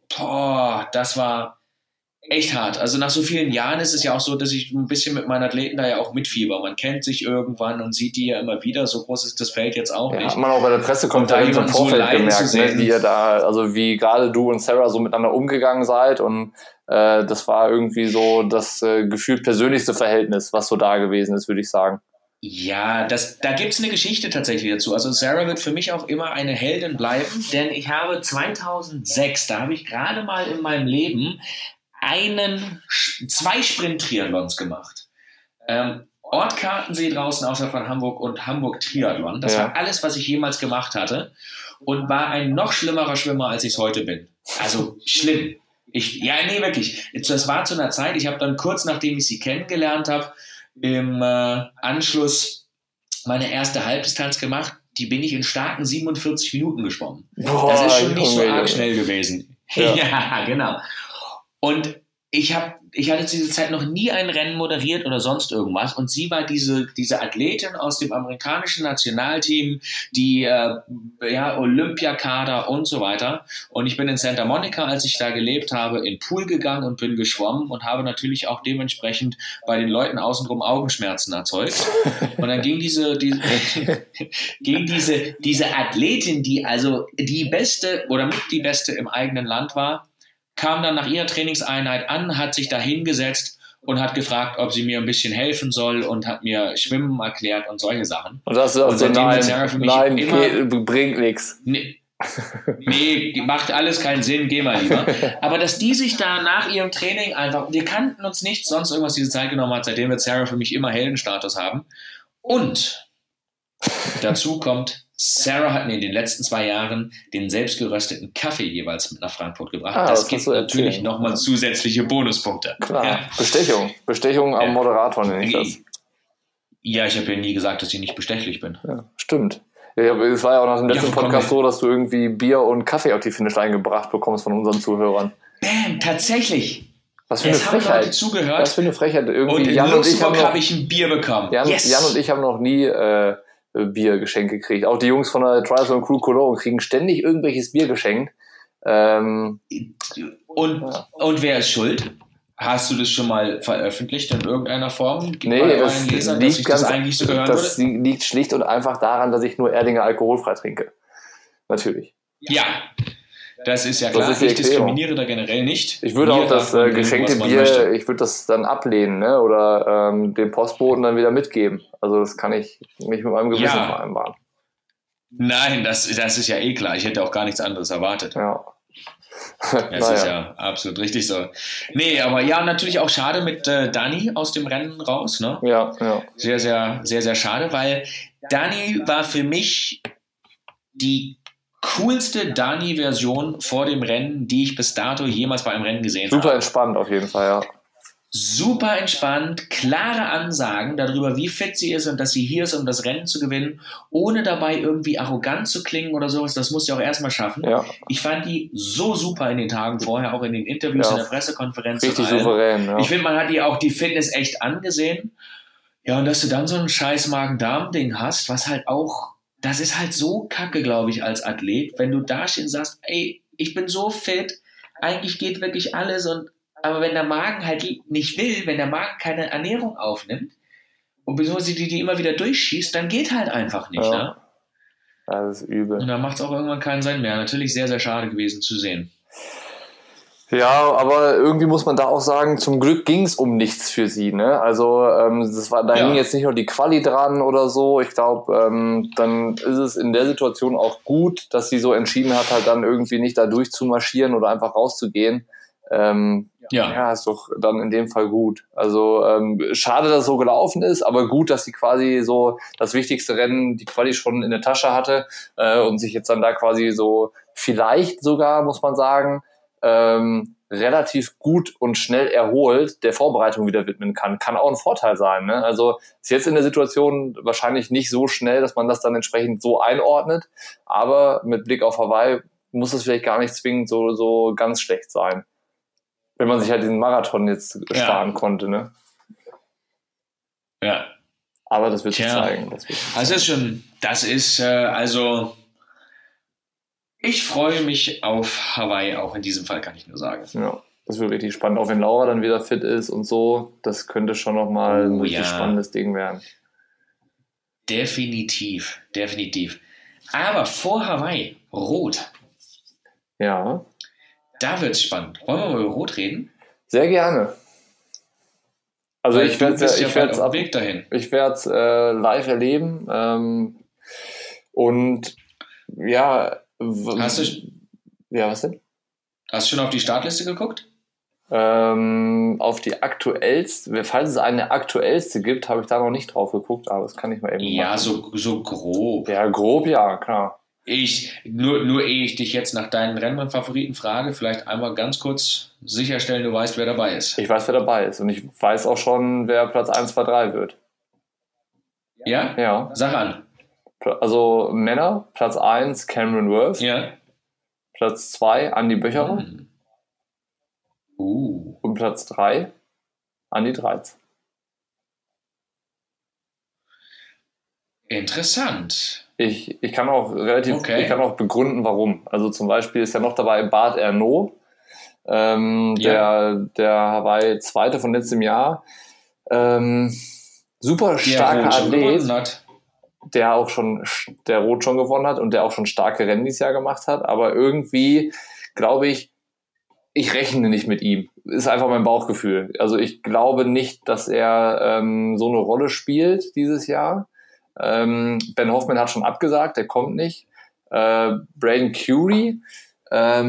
das war echt hart. Also nach so vielen Jahren ist es ja auch so, dass ich ein bisschen mit meinen Athleten da ja auch mitfieber. Man kennt sich irgendwann und sieht die ja immer wieder. So groß ist das Feld jetzt auch nicht. Hat man auch bei der Pressekonferenz im Vorfeld gemerkt, ne, wie ihr da, also wie gerade du und Sarah so miteinander umgegangen seid und das war irgendwie so das gefühlt persönlichste Verhältnis, was so da gewesen ist, würde ich sagen. Ja, da gibt's eine Geschichte tatsächlich dazu. Also Sarah wird für mich auch immer eine Heldin bleiben, denn ich habe 2006, da habe ich gerade mal in meinem Leben 2 Sprint-Triathlons gemacht. Ortkartensee draußen außerhalb von Hamburg und Hamburg-Triathlon. Das war alles, was ich jemals gemacht hatte und war ein noch schlimmerer Schwimmer, als ich es heute bin. Also schlimm. Wirklich. Das war zu einer Zeit, ich habe dann kurz nachdem ich sie kennengelernt habe, im Anschluss meine erste Halbdistanz gemacht. Die bin ich in starken 47 Minuten geschwommen. Das ist schon nicht so arg schnell gewesen. Ja, genau. Und ich hatte zu dieser Zeit noch nie ein Rennen moderiert oder sonst irgendwas. Und sie war diese Athletin aus dem amerikanischen Nationalteam, die Olympiakader und so weiter. Und ich bin in Santa Monica, als ich da gelebt habe, in den Pool gegangen und bin geschwommen und habe natürlich auch dementsprechend bei den Leuten außenrum Augenschmerzen erzeugt. Und dann ging diese Athletin, die also die beste oder mit die beste im eigenen Land war, kam dann nach ihrer Trainingseinheit an, hat sich da hingesetzt und hat gefragt, ob sie mir ein bisschen helfen soll und hat mir Schwimmen erklärt und solche Sachen. Und das ist auch so, bringt nichts. Nee, macht alles keinen Sinn, geh mal lieber. Aber dass die sich da nach ihrem Training einfach, wir kannten uns nicht, sonst irgendwas diese Zeit genommen hat, seitdem wird Sarah für mich immer Heldenstatus haben. Und dazu kommt, Sarah hat mir in den letzten 2 Jahren den selbstgerösteten Kaffee jeweils mit nach Frankfurt gebracht. Das gibt natürlich nochmal zusätzliche Bonuspunkte. Klar, ja. Bestechung am Moderator nenne ich das. Ja, ich habe ja nie gesagt, dass ich nicht bestechlich bin. Ja, stimmt. Ja, es war ja auch nach dem letzten Podcast so, dass du irgendwie Bier und Kaffee auf die Finish-Line gebracht bekommst von unseren Zuhörern. Bam, tatsächlich. Was für eine Frechheit. Zugehört. Was für eine Frechheit. Irgendwie und in Luxemburg habe ich ein Bier bekommen. Jan und ich haben noch nie Biergeschenke gekriegt. Auch die Jungs von der Triathlon Crew Cologne kriegen ständig irgendwelches Bier geschenkt. Und wer ist schuld? Hast du das schon mal veröffentlicht in irgendeiner Form? Das liegt schlicht und einfach daran, dass ich nur Erdinger alkoholfrei trinke. Natürlich. Ja, das ist ja klar. Ich diskriminiere da generell nicht. Ich würde auch das geschenkte Bier, ich würde das dann ablehnen, ne? Oder den Postboten dann wieder mitgeben. Also das kann ich nicht mit meinem Gewissen vereinbaren. Nein, das ist ja eh klar. Ich hätte auch gar nichts anderes erwartet. Ja. Das ist ja absolut richtig so. Nee, aber ja, natürlich auch schade mit Dani aus dem Rennen raus. Ne? Ja. Sehr, sehr, sehr, sehr schade, weil Dani war für mich die coolste Dani-Version vor dem Rennen, die ich bis dato jemals bei einem Rennen gesehen habe. Super entspannt auf jeden Fall, ja. Super entspannt, klare Ansagen darüber, wie fit sie ist und dass sie hier ist, um das Rennen zu gewinnen, ohne dabei irgendwie arrogant zu klingen oder sowas. Das muss sie auch erstmal schaffen. Ja. Ich fand die so super in den Tagen vorher, auch in den Interviews, in der Pressekonferenz. Richtig souverän, ja. Ich finde, man hat die auch die Fitness echt angesehen. Ja, und dass du dann so ein scheiß Magen-Darm-Ding hast, was halt auch, das ist halt so kacke, glaube ich, als Athlet, wenn du da stehst und sagst, ey, ich bin so fit, eigentlich geht wirklich alles aber wenn der Magen halt nicht will, wenn der Magen keine Ernährung aufnimmt und beziehungsweise die immer wieder durchschießt, dann geht halt einfach nicht. Ja. Ne? Das ist übel. Und dann macht es auch irgendwann keinen Sinn mehr. Natürlich sehr, sehr schade gewesen zu sehen. Ja, aber irgendwie muss man da auch sagen, zum Glück ging es um nichts für sie. Ne? Also da hing jetzt nicht nur die Quali dran oder so. Ich glaube, dann ist es in der Situation auch gut, dass sie so entschieden hat, halt dann irgendwie nicht da durchzumarschieren oder einfach rauszugehen. Ja, ist doch dann in dem Fall gut. Also schade, dass es so gelaufen ist, aber gut, dass sie quasi so das wichtigste Rennen, die Quali schon in der Tasche hatte und sich jetzt dann da quasi so vielleicht sogar, muss man sagen, relativ gut und schnell erholt der Vorbereitung wieder widmen kann. Kann auch ein Vorteil sein. Ne? Also ist jetzt in der Situation wahrscheinlich nicht so schnell, dass man das dann entsprechend so einordnet, aber mit Blick auf Hawaii muss es vielleicht gar nicht zwingend so ganz schlecht sein. Wenn man sich halt diesen Marathon jetzt sparen konnte, ne? Ja. Aber das wird sich zeigen. Also ich freue mich auf Hawaii, auch in diesem Fall kann ich nur sagen. Ja, das wird richtig spannend. Auch wenn Laura dann wieder fit ist und so, das könnte schon nochmal ein richtig spannendes Ding werden. Definitiv. Aber vor Hawaii, Rot. Ja. Da wird's spannend. Wollen wir mal über Rot reden? Sehr gerne. Also ich werde es live erleben. Und ja. Was denn? Hast du schon auf die Startliste geguckt? Auf die aktuellste, falls es eine aktuellste gibt, habe ich da noch nicht drauf geguckt, aber das kann ich mal eben machen. Ja, so grob. Ja, grob, ja, klar. Nur ehe ich dich jetzt nach deinen Rennmann-Favoriten frage, vielleicht einmal ganz kurz sicherstellen, du weißt, wer dabei ist. Ich weiß, wer dabei ist und ich weiß auch schon, wer Platz 1, 2, 3 wird. Ja? Ja. Sag an. Also Männer, Platz 1 Cameron Worth. Ja. Platz 2 Andi Böcherer. Und Platz 3 Andi Dreiz. Interessant. Ich kann auch ich kann auch begründen, warum. Also zum Beispiel ist ja noch dabei Bart Ernaud, der Hawaii Zweite von letztem Jahr. Super starker Athlet, der Rot schon gewonnen hat und der auch schon starke Rennen dieses Jahr gemacht hat. Aber irgendwie glaube ich rechne nicht mit ihm. Ist einfach mein Bauchgefühl. Also ich glaube nicht, dass er so eine Rolle spielt dieses Jahr. Ben Hoffman hat schon abgesagt, der kommt nicht. Braden Currie der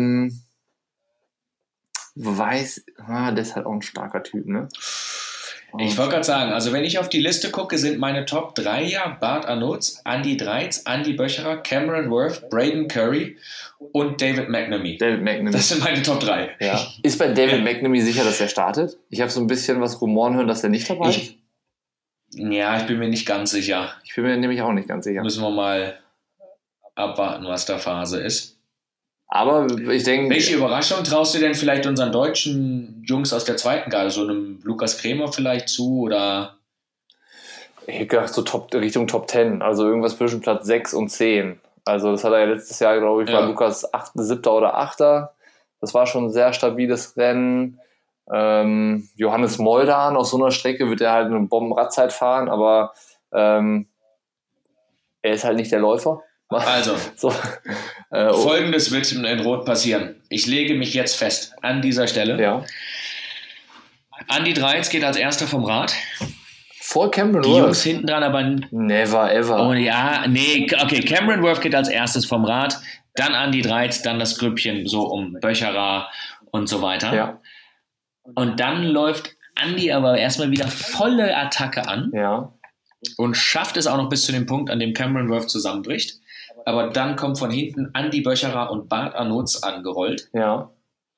ist halt auch ein starker Typ, ne? Ich wollte gerade sagen, also wenn ich auf die Liste gucke, sind meine Top 3 ja Bart Arnaud, Andi Dreiz, Andi Böcherer, Cameron Worth, Braden Currie und David McNamee. Das sind meine Top 3. Ja. Ist bei David McNamee sicher, dass er startet? Ich habe so ein bisschen was Rumoren hören, dass er nicht dabei ist. Ja, ich bin mir nicht ganz sicher. Ich bin mir nämlich auch nicht ganz sicher. Müssen wir mal abwarten, was da Phase ist. Aber ich denke... Welche Überraschung traust du denn vielleicht unseren deutschen Jungs aus der zweiten Garde, so einem Lukas Krämer vielleicht zu, oder? Ich hätte gedacht, so Richtung Top 10, also irgendwas zwischen Platz 6 und 10. Also das hat er ja letztes Jahr, glaube ich, war Lukas 7. oder 8. Das war schon ein sehr stabiles Rennen. Johannes Moldan auf so einer Strecke wird er halt eine Bombenradzeit fahren, aber er ist halt nicht der Läufer. Also, Folgendes wird in Rot passieren. Ich lege mich jetzt fest an dieser Stelle. Ja. Andi Dreiz geht als erster vom Rad. Vor Cameron Worth. Die Jungs hinten dran aber... Never ever. Oh ja, nee, okay, Cameron Worth geht als erstes vom Rad, dann Andi Dreiz, dann das Grüppchen so um Böcherer und so weiter. Ja. Und dann läuft Andi aber erstmal wieder volle Attacke an. Ja. Und schafft es auch noch bis zu dem Punkt, an dem Cameron Worth zusammenbricht. aber dann kommt von hinten Andi Böcherer und Bart Arnolds angerollt. Ja.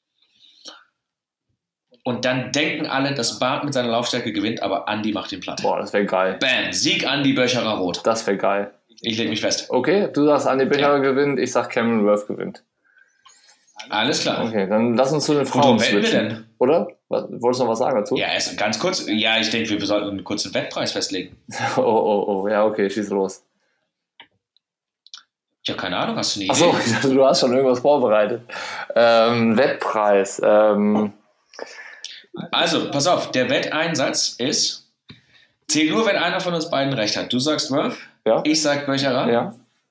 Und dann denken alle, dass Bart mit seiner Laufstärke gewinnt, aber Andi macht ihn platt. Boah, das wäre geil. Bam, Sieg Andi Böcherer rot. Das wäre geil. Ich lege mich fest. Okay, du sagst Andi Böcherer gewinnt, ich sag Cameron Worth gewinnt. Alles klar. Okay, dann lass uns zu den Frauen Worum wetten wir switchen. denn? Oder? Wolltest du noch was sagen dazu? Ja, erst ganz kurz. Ja, ich denke, wir sollten einen kurzen Wettpreis festlegen. Oh, ja, okay, schieß los. Ja, keine Ahnung, hast du eine Idee? Achso, ich dachte, du hast schon irgendwas vorbereitet. Wettpreis. Also, pass auf, der Wetteinsatz ist, zähl nur, wenn einer von uns beiden recht hat. Du sagst Worth, Ja? ich sag Böcherer. Ja?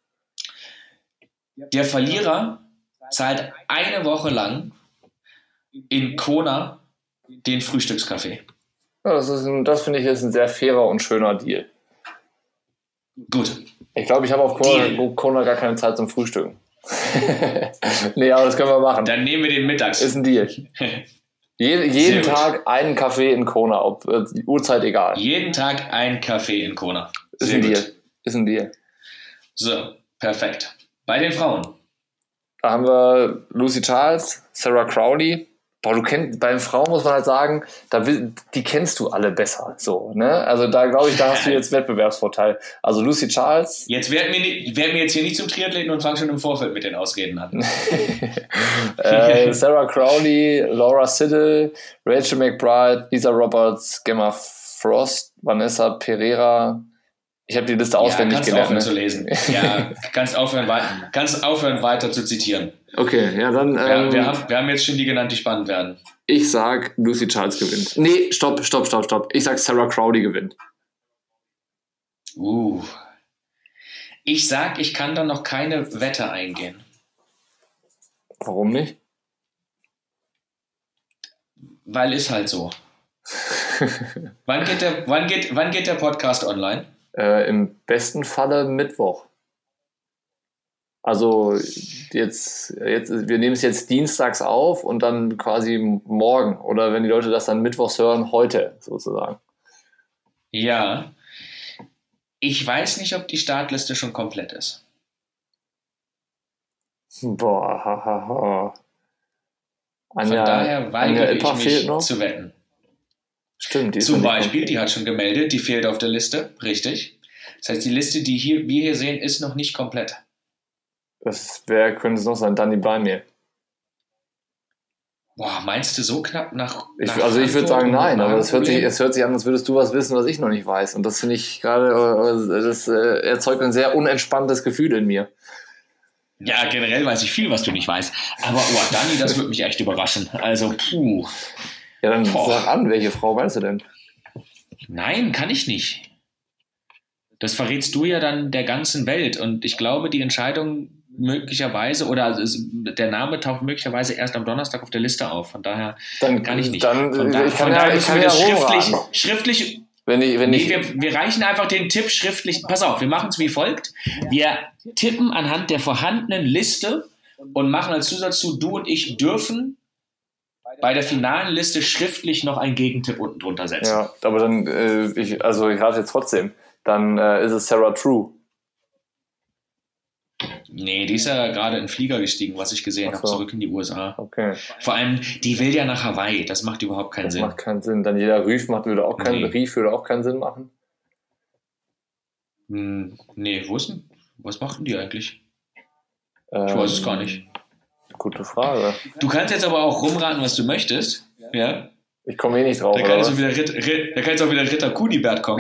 Der Verlierer zahlt eine Woche lang in Kona den Frühstückskaffee. Ja, das finde ich ist ein sehr fairer und schöner Deal. Gut. Ich glaube, ich habe auf Kona gar keine Zeit zum Frühstücken. Nee, aber das können wir machen. Dann nehmen wir den mittags. Ist ein Deal. Jeden Sehr Tag einen Kaffee in Kona, ob die Uhrzeit egal. Jeden Tag ein Kaffee in Kona. Ist Sehr ein gut. Deal. Ist ein Deal. So, perfekt. Bei den Frauen. Da haben wir Lucy Charles, Sarah Crowley. Boah, bei den Frauen muss man halt sagen, die kennst du alle besser. So, ne? Also da glaube ich, da hast du jetzt Wettbewerbsvorteil. Also Lucy Charles. Jetzt werden wir jetzt hier nicht zum Triathleten und fangen schon im Vorfeld mit den Ausreden an. Sarah Crowley, Laura Siddle, Rachel McBride, Lisa Roberts, Gemma Frost, Vanessa Pereira. Ich habe die Liste auswendig gelernt. Kannst aufhören zu lesen. Ja, kannst aufhören weiter zu zitieren. Okay, ja dann. Wir haben jetzt schon die genannt, die spannend werden. Ich sag, Lucy Charles gewinnt. Nee, stopp. Ich sag, Sarah Crowley gewinnt. Ich sag, ich kann da noch keine Wette eingehen. Warum nicht? Weil ist halt so. Wann geht der Podcast online? Im besten Falle Mittwoch. Also jetzt, wir nehmen es jetzt dienstags auf und dann quasi morgen. Oder wenn die Leute das dann mittwochs hören, heute sozusagen. Ja. Ich weiß nicht, ob die Startliste schon komplett ist. Boah, hahaha. Von daher weigere ich mich noch zu wetten. Stimmt, die ist Zum Beispiel, die hat schon gemeldet, die fehlt auf der Liste, richtig. Das heißt, die Liste, die wir hier sehen, ist noch nicht komplett. Könnte es noch sein, Dani Bleimir. Boah, meinst du so knapp nach ich würde sagen nein, aber es hört sich an, als würdest du was wissen, was ich noch nicht weiß. Und das finde ich gerade, das erzeugt ein sehr unentspanntes Gefühl in mir. Ja, generell weiß ich viel, was du nicht weißt. Aber Dani, das würde mich echt überraschen. Also, puh. Ja, dann sag an, welche Frau weißt du denn? Nein, kann ich nicht. Das verrätst du ja dann der ganzen Welt. Und ich glaube, die Entscheidung möglicherweise, der Name taucht möglicherweise erst am Donnerstag auf der Liste auf. Von daher kann ich nicht. Ich kann ja schriftlich. Wir reichen einfach den Tipp schriftlich. Pass auf, wir machen es wie folgt. Wir tippen anhand der vorhandenen Liste und machen als Zusatz zu, du und ich dürfen bei der finalen Liste schriftlich noch einen Gegentipp unten drunter setzen. Ja, aber dann, ich rate jetzt trotzdem, dann ist es Sarah True. Nee, die ist ja gerade in den Flieger gestiegen, was ich gesehen habe, zurück in die USA. Okay. Vor allem, die will ja nach Hawaii, das macht überhaupt keinen Sinn. Das macht keinen Sinn. Daniela Ryf würde auch keinen Sinn machen. Nee, was macht denn die eigentlich? Ich weiß es gar nicht. Gute Frage. Du kannst jetzt aber auch rumraten, was du möchtest. Ja? Ich komme nicht drauf. Da kann jetzt auch wieder Ritter Kunibert kommen.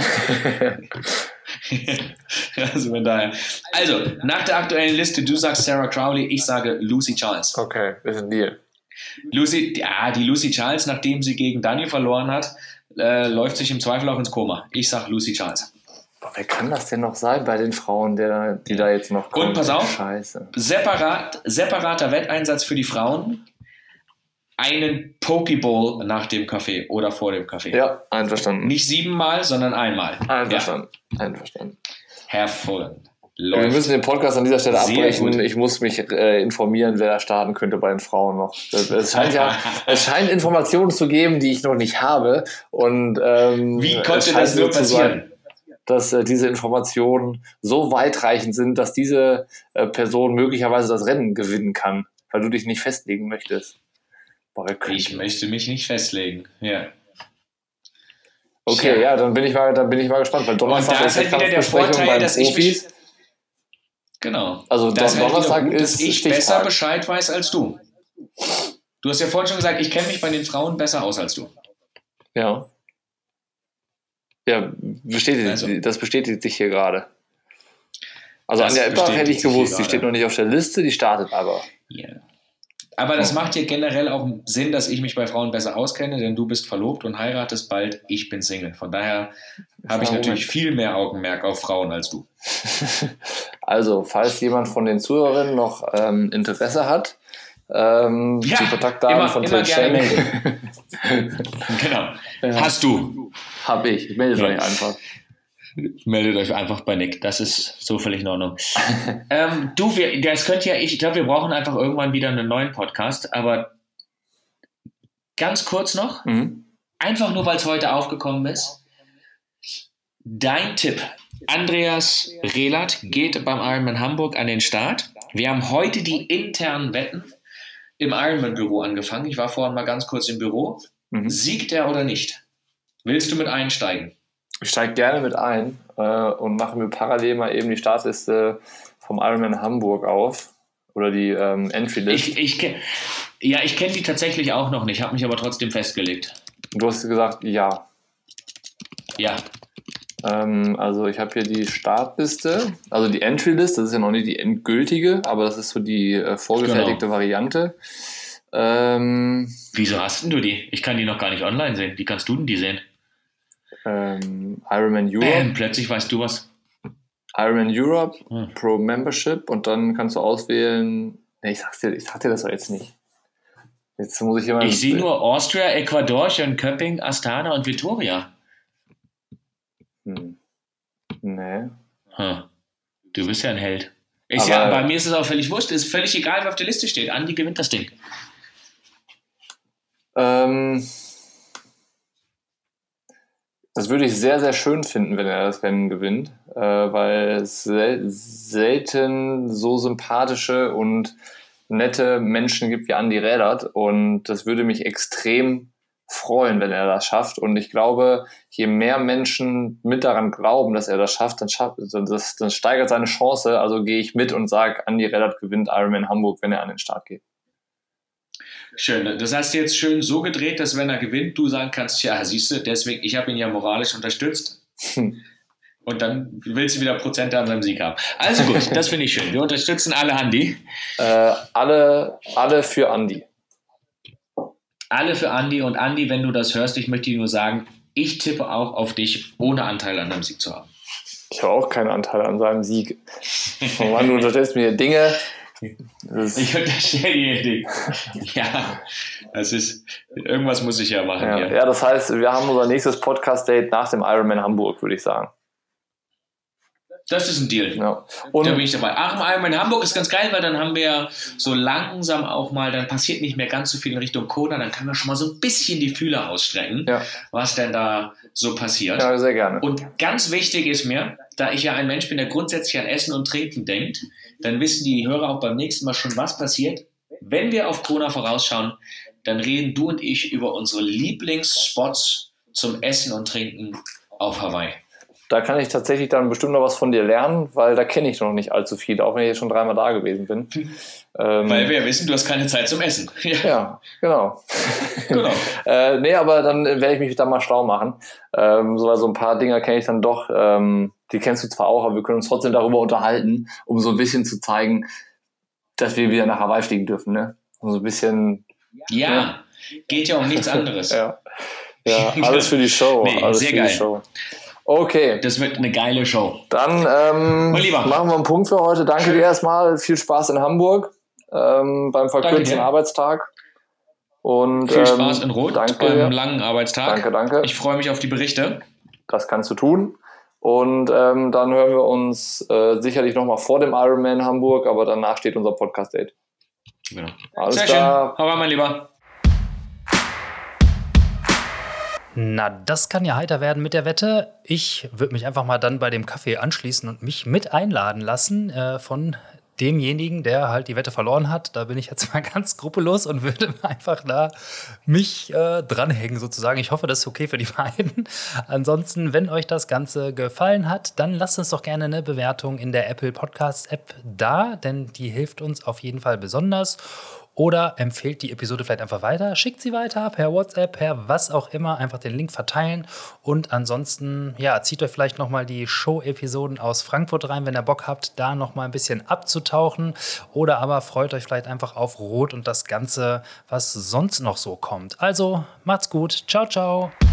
Also von daher. Also, nach der aktuellen Liste, du sagst Sarah Crowley, ich sage Lucy Charles. Okay, ist ein Deal. Die Lucy Charles, nachdem sie gegen Daniel verloren hat, läuft sich im Zweifel auch ins Koma. Ich sage Lucy Charles. Boah, wer kann das denn noch sein bei den Frauen, die da jetzt noch kommen? Und pass auf, Scheiße. Separater Wetteinsatz für die Frauen. Einen Pokeball nach dem Kaffee oder vor dem Kaffee. Ja, einverstanden. Nicht 7-mal, sondern einmal. Einverstanden. Einverstanden. Hervorragend. Wir müssen den Podcast an dieser Stelle Sehr abbrechen. gut. Ich muss mich informieren, wer da starten könnte bei den Frauen noch. Es scheint Informationen zu geben, die ich noch nicht habe. Und, wie konnte das nur passieren? dass diese Informationen so weitreichend sind, dass diese Person möglicherweise das Rennen gewinnen kann, weil du dich nicht festlegen möchtest. Boah, ich möchte mich nicht festlegen, ja. Okay, ja, dann bin ich mal gespannt, weil Donnerstag ist halt wieder der Vorteil, dass Profis. Genau. Also Donnerstag ist dass ich besser Bescheid weiß als du. Du hast ja vorhin schon gesagt, ich kenne mich bei den Frauen besser aus als du. Ja. Ja, das bestätigt sich hier gerade. Also Anja Eppach hätte ich gewusst, die steht noch nicht auf der Liste, die startet aber. Ja. Aber das macht hier generell auch Sinn, dass ich mich bei Frauen besser auskenne, denn du bist verlobt und heiratest bald, ich bin Single. Von daher habe ich natürlich viel mehr Augenmerk auf Frauen als du. Also, falls jemand von den Zuhörerinnen noch Interesse hat, die Kontaktdaten von Twitch Shaming. Genau. Ja. Hast du. Hab ich. Meldet euch einfach. Meldet euch einfach bei Nick. Das ist so völlig in Ordnung. Ich glaube, wir brauchen einfach irgendwann wieder einen neuen Podcast, aber ganz kurz noch, einfach nur, weil es heute aufgekommen ist. Dein Tipp. Andreas Rehlert geht beim Ironman Hamburg an den Start. Wir haben heute die internen Wetten im Ironman-Büro angefangen. Ich war vorhin mal ganz kurz im Büro. Siegt er oder nicht? Willst du mit einsteigen? Ich steige gerne mit ein und mache mir parallel mal eben die Startliste vom Ironman Hamburg auf. Oder die Entry-List. Ich kenne die tatsächlich auch noch nicht, habe mich aber trotzdem festgelegt. Du hast gesagt, ja. Ja. Also ich habe hier die Startliste, also die Entry-List, das ist ja noch nicht die endgültige, aber das ist so die vorgefertigte Variante. Wieso hast denn du die? Ich kann die noch gar nicht online sehen. Wie kannst du denn die sehen? Ironman Europe. Plötzlich weißt du was. Ironman Europe, Pro Membership und dann kannst du auswählen. Nee, ich sag dir das doch jetzt nicht. Jetzt muss ich Ich sehe nur Austria, Ecuador, Schönköping, Astana und Vitoria. Nee. Du bist ja ein Held. Bei mir ist es auch völlig wurscht. Es ist völlig egal, wer auf der Liste steht. Andi gewinnt das Ding. Das würde ich sehr, sehr schön finden, wenn er das Rennen gewinnt, weil es selten so sympathische und nette Menschen gibt wie Andi Rehlert und das würde mich extrem freuen, wenn er das schafft und ich glaube, je mehr Menschen mit daran glauben, dass er das schafft, dann steigert seine Chance, also gehe ich mit und sage, Andi Rehlert gewinnt Ironman Hamburg, wenn er an den Start geht. Schön, das hast du jetzt schön so gedreht, dass wenn er gewinnt, du sagen kannst, ja, siehst du, deswegen, ich habe ihn ja moralisch unterstützt und dann willst du wieder Prozente an seinem Sieg haben. Also gut, das finde ich schön. Wir unterstützen alle Andi. Alle für Andi. Alle für Andi und Andi, wenn du das hörst, ich möchte dir nur sagen, ich tippe auch auf dich, ohne Anteil an deinem Sieg zu haben. Ich habe auch keinen Anteil an seinem Sieg. Oh Mann, du unterstellst mir Dinge. Ich unterstelle dir Dinge. Ja, irgendwas muss ich ja machen. Ja, das heißt, wir haben unser nächstes Podcast-Date nach dem Ironman Hamburg, würde ich sagen. Das ist ein Deal. Ja. Und da bin ich dabei. Im Ironman Hamburg ist ganz geil, weil dann haben wir so langsam auch mal, dann passiert nicht mehr ganz so viel in Richtung Kona, dann können wir schon mal so ein bisschen die Fühler ausstrecken, was denn da so passiert. Ja, sehr gerne. Und ganz wichtig ist mir, da ich ja ein Mensch bin, der grundsätzlich an Essen und Trinken denkt, dann wissen die Hörer auch beim nächsten Mal schon, was passiert. Wenn wir auf Kona vorausschauen, dann reden du und ich über unsere Lieblingsspots zum Essen und Trinken auf Hawaii. Da kann ich tatsächlich dann bestimmt noch was von dir lernen, weil da kenne ich noch nicht allzu viel, auch wenn ich jetzt schon 3-mal da gewesen bin. Weil wir ja wissen, du hast keine Zeit zum Essen. Ja, genau. Nee, aber dann werde ich mich da mal schlau machen. So ein paar Dinger kenne ich dann doch. Die kennst du zwar auch, aber wir können uns trotzdem darüber unterhalten, um so ein bisschen zu zeigen, dass wir wieder nach Hawaii fliegen dürfen. Ne? Um so ein bisschen... Ja, geht ja um nichts anderes. Ja, alles für die Show. Nee, alles sehr für geil. Die Show. Okay. Das wird eine geile Show. Dann machen wir einen Punkt für heute. Danke dir erstmal. Viel Spaß in Hamburg beim verkürzten Arbeitstag. Und, viel Spaß in Rot beim langen Arbeitstag. Danke. Ich freue mich auf die Berichte. Das kannst du tun. Und dann hören wir uns sicherlich nochmal vor dem Ironman Hamburg, aber danach steht unser Podcast-Date. Genau. Alles Sehr klar. schön. Hau rein, mein Lieber. Na, das kann ja heiter werden mit der Wette. Ich würde mich einfach mal dann bei dem Kaffee anschließen und mich mit einladen lassen von demjenigen, der halt die Wette verloren hat. Da bin ich jetzt mal ganz skrupellos und würde einfach da mich dranhängen sozusagen. Ich hoffe, das ist okay für die beiden. Ansonsten, wenn euch das Ganze gefallen hat, dann lasst uns doch gerne eine Bewertung in der Apple Podcasts App da, denn die hilft uns auf jeden Fall besonders. Oder empfehlt die Episode vielleicht einfach weiter, schickt sie weiter per WhatsApp, per was auch immer, einfach den Link verteilen. Und ansonsten, ja, zieht euch vielleicht nochmal die Show-Episoden aus Frankfurt rein, wenn ihr Bock habt, da nochmal ein bisschen abzutauchen. Oder aber freut euch vielleicht einfach auf Rot und das Ganze, was sonst noch so kommt. Also, macht's gut. Ciao, ciao.